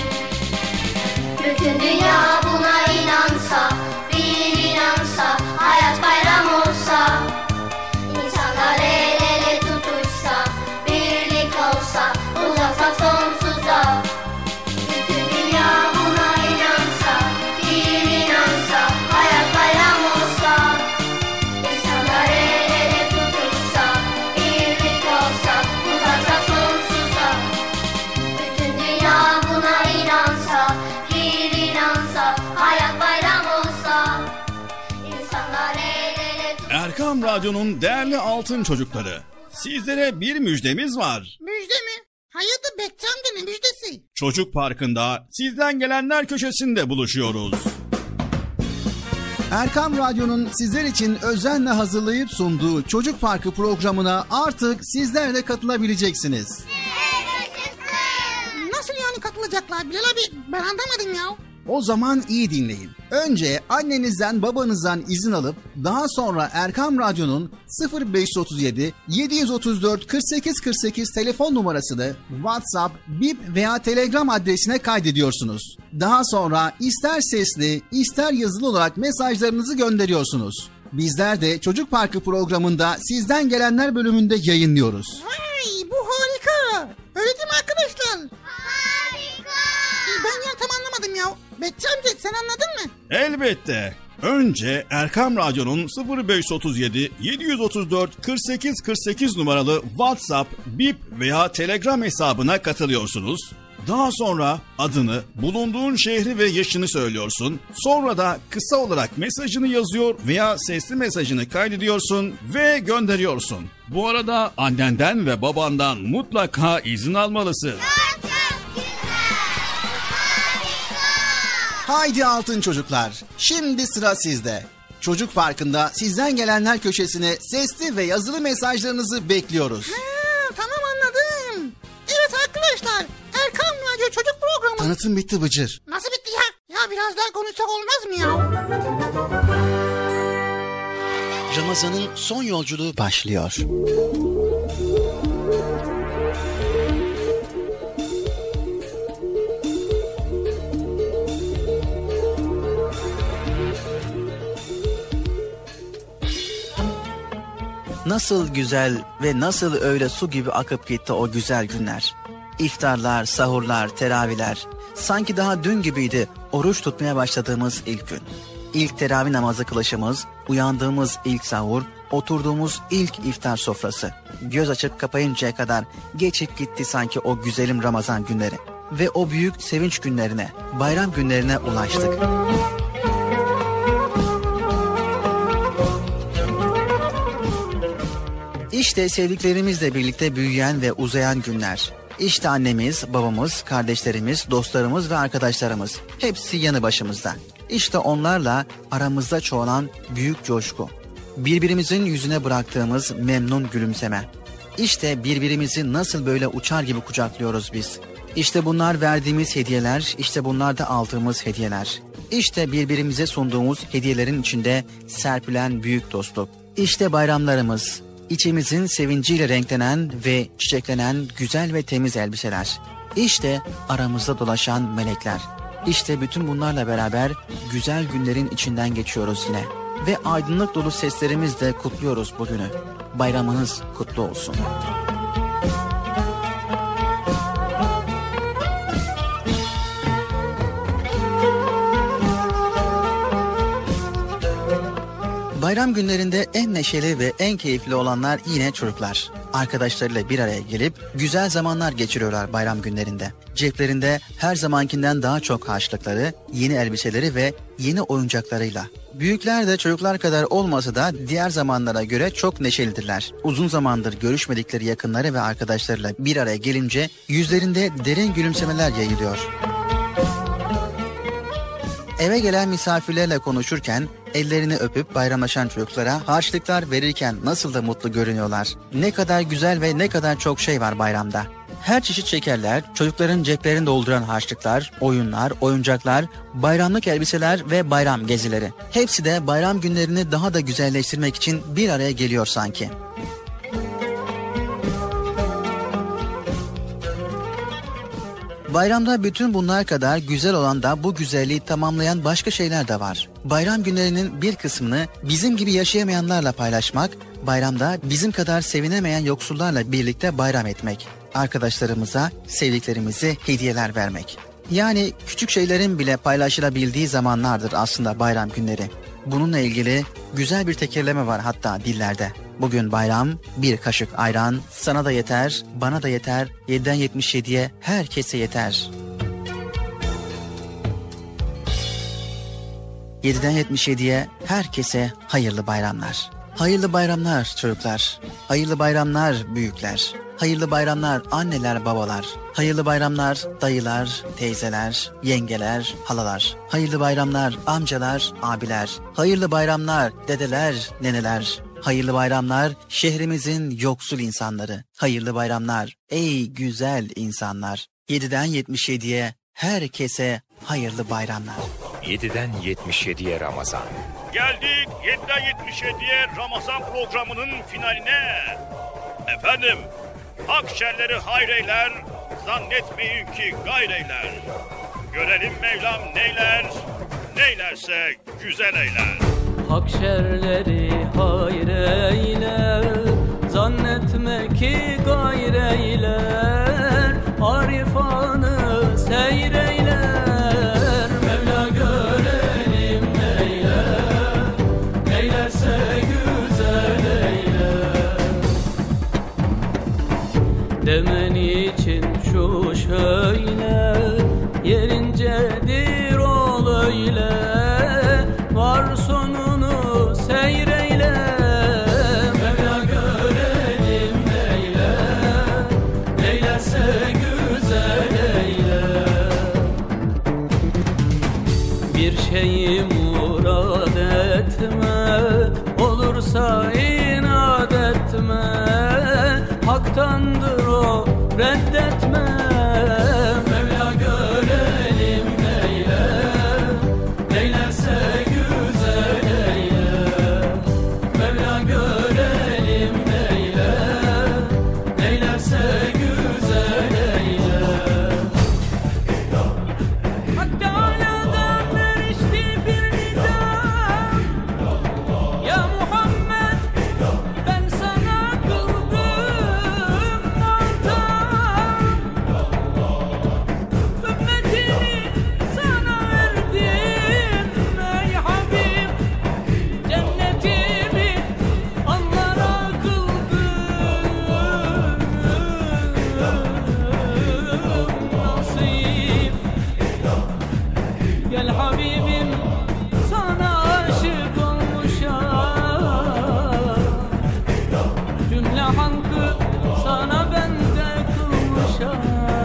Bütün dünya buna inansa, bir inansa, hayat bayram olsa, insanlar el ele tutuşsa, birlik olsa, uzansak sonsuza. Bütün dünya buna inansa, bir inansa, hayat bayram olsa, insanlar el ele tutuşsa, birlik olsa, uzansak sonsuza. Bütün dünya buna inansa, bir inansa, hayat bayram olsa, insanlar el ele tutuşsa. Erkam Radyo'nun değerli altın çocukları, sizlere bir müjdemiz var. Müjde mi? Hayırdır Bekçi amca, ne müjdesi? Çocuk Parkı'nda sizden gelenler köşesinde buluşuyoruz. Erkam Radyo'nun sizler için özenle hazırlayıp sunduğu Çocuk Parkı programına artık sizler de katılabileceksiniz. Nasıl yani katılacaklar Bilal abi? Ben anlamadım ya. O zaman iyi dinleyin. Önce annenizden babanızdan izin alıp daha sonra Erkam Radyo'nun sıfır beş otuz yedi yedi otuz dört kırk sekiz kırk sekiz telefon numarasını WhatsApp, Bip veya Telegram adresine kaydediyorsunuz. Daha sonra ister sesli ister yazılı olarak mesajlarınızı gönderiyorsunuz. Bizler de Çocuk Parkı programında sizden gelenler bölümünde yayınlıyoruz. Vay, bu harika. Öyle değil mi arkadaşlar? Harika. Ben ya tam anlamadım ya. Bekçi amca sen anladın mı? Elbette. Önce Erkam Radyo'nun sıfır beş otuz yedi yedi otuz dört kırk sekiz kırk sekiz numaralı WhatsApp, Bip veya Telegram hesabına katılıyorsunuz. Daha sonra adını, bulunduğun şehri ve yaşını söylüyorsun. Sonra da kısa olarak mesajını yazıyor veya sesli mesajını kaydediyorsun ve gönderiyorsun. Bu arada annenden ve babandan mutlaka izin almalısın. Haydi altın çocuklar, şimdi sıra sizde. Çocuk Parkı'nda sizden gelenler köşesine sesli ve yazılı mesajlarınızı bekliyoruz. Ha, tamam anladım. Evet arkadaşlar, Erkam Radyo Çocuk Programı. Tanıtım bitti Bıcır. Nasıl bitti ya? Ya biraz daha konuşsak olmaz mı ya? Ramazan'ın son yolculuğu başlıyor. Nasıl güzel ve nasıl öyle su gibi akıp gitti o güzel günler. İftarlar, sahurlar, teravihler. Sanki daha dün gibiydi oruç tutmaya başladığımız ilk gün. İlk teravih namazı kılışımız, uyandığımız ilk sahur, oturduğumuz ilk iftar sofrası. Göz açıp kapayıncaya kadar geçip gitti sanki o güzelim Ramazan günleri. Ve o büyük sevinç günlerine, bayram günlerine ulaştık. İşte sevdiklerimizle birlikte büyüyen ve uzayan günler. İşte annemiz, babamız, kardeşlerimiz, dostlarımız ve arkadaşlarımız. Hepsi yanı başımızda. İşte onlarla aramızda çoğalan büyük coşku. Birbirimizin yüzüne bıraktığımız memnun gülümseme. İşte birbirimizi nasıl böyle uçar gibi kucaklıyoruz biz. İşte bunlar verdiğimiz hediyeler, işte bunlar da aldığımız hediyeler. İşte birbirimize sunduğumuz hediyelerin içinde serpilen büyük dostluk. İşte bayramlarımız. İçimizin sevinciyle renklenen ve çiçeklenen güzel ve temiz elbiseler. İşte aramızda dolaşan melekler. İşte bütün bunlarla beraber güzel günlerin içinden geçiyoruz yine. Ve aydınlık dolu seslerimizle kutluyoruz bugünü. Bayramınız kutlu olsun. Bayram günlerinde en neşeli ve en keyifli olanlar yine çocuklar. Arkadaşlarıyla bir araya gelip güzel zamanlar geçiriyorlar bayram günlerinde. Ceplerinde her zamankinden daha çok harçlıkları, yeni elbiseleri ve yeni oyuncaklarıyla. Büyükler de çocuklar kadar olmasa da diğer zamanlara göre çok neşelidirler. Uzun zamandır görüşmedikleri yakınları ve arkadaşlarıyla bir araya gelince yüzlerinde derin gülümsemeler yayılıyor. Eve gelen misafirlerle konuşurken, ellerini öpüp bayramlaşan çocuklara harçlıklar verirken nasıl da mutlu görünüyorlar. Ne kadar güzel ve ne kadar çok şey var bayramda. Her çeşit şekerler, çocukların ceplerini dolduran harçlıklar, oyunlar, oyuncaklar, bayramlık elbiseler ve bayram gezileri. Hepsi de bayram günlerini daha da güzelleştirmek için bir araya geliyor sanki. Bayramda bütün bunlar kadar güzel olan da bu güzelliği tamamlayan başka şeyler de var. Bayram günlerinin bir kısmını bizim gibi yaşayamayanlarla paylaşmak, bayramda bizim kadar sevinemeyen yoksullarla birlikte bayram etmek. Arkadaşlarımıza, sevdiklerimize hediyeler vermek. Yani küçük şeylerin bile paylaşılabildiği zamanlardır aslında bayram günleri. Bununla ilgili güzel bir tekerleme var hatta dillerde. Bugün bayram, bir kaşık ayran, sana da yeter, bana da yeter, yediden yetmiş yediye herkese yeter. yediden yetmiş yediye herkese hayırlı bayramlar. Hayırlı bayramlar çocuklar, hayırlı bayramlar büyükler, hayırlı bayramlar anneler babalar, hayırlı bayramlar dayılar, teyzeler, yengeler, halalar, hayırlı bayramlar amcalar, abiler, hayırlı bayramlar dedeler, neneler, hayırlı bayramlar şehrimizin yoksul insanları, hayırlı bayramlar ey güzel insanlar. yediden yetmiş yediye herkese hayırlı bayramlar. yediden yetmiş yediye Ramazan. Geldik yediden yetmiş yediye Ramazan programının finaline. Efendim, hak şerleri hayreyler, zannetmeyin ki gayreyler. Görelim Mevlam neyler, neylerse güzel eyler. Hak şerleri hayreyler, zannetme ki gayreyler. Arifanı seyreyler, Mevla görelim neyler, neylerse güzel eyler. Demen için şu şöyle, yerincedir ol öyle, var sonunu seyreyle. Mevla görelim neyler, neylerse güzel eyler. Bir şeyi murad etme, Haktandır o, reddetme. Mevla görelim neyle, neylerse güzel eyle. Mevla görelim neyle, neylerse güzel eyle. Hak Teâlâ'dan erişti bir nida. Ya Muhammed, ben sana kıldım muhatap. Ümmetini sana verdim ey Habib. Cennetimi onlara kıldım nasip. Gel Habibim, sana aşık olmuşam. Cümle halkı sana bende kılmışam.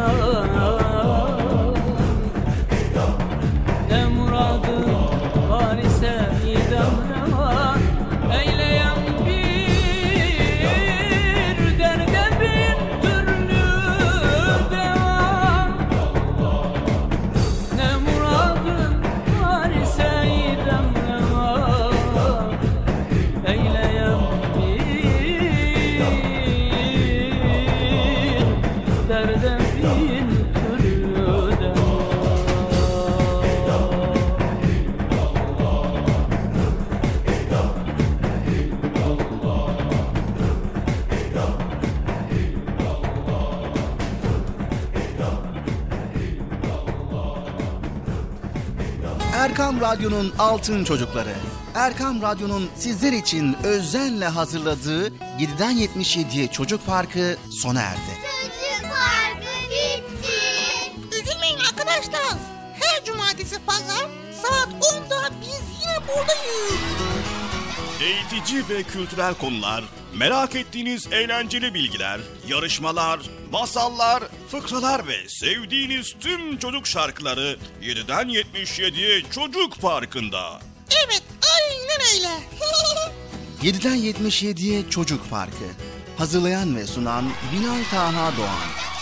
Ne muradın var ise idam var. Eyleyen bir derde bin türlü deva. Ne muradın var ise idam var. Eyleyen bir derde bin türlü deva. Erkam Radyo'nun Altın Çocukları. Erkam Radyo'nun sizler için özenle hazırladığı yediden yetmiş yediye Çocuk Parkı sona erdi. Çocuk Parkı bitti. Üzülmeyin arkadaşlar. Her cumartesi pazar saat onda biz yine buradayız. Eğitici ve kültürel konular, merak ettiğiniz eğlenceli bilgiler, yarışmalar, masallar, fıkralar ve sevdiğiniz tüm çocuk şarkıları yediden yetmiş yediye Çocuk Parkı'nda. Evet, aynen öyle. yediden yetmiş yediye Çocuk Parkı. Hazırlayan ve sunan Binal Taha Doğan.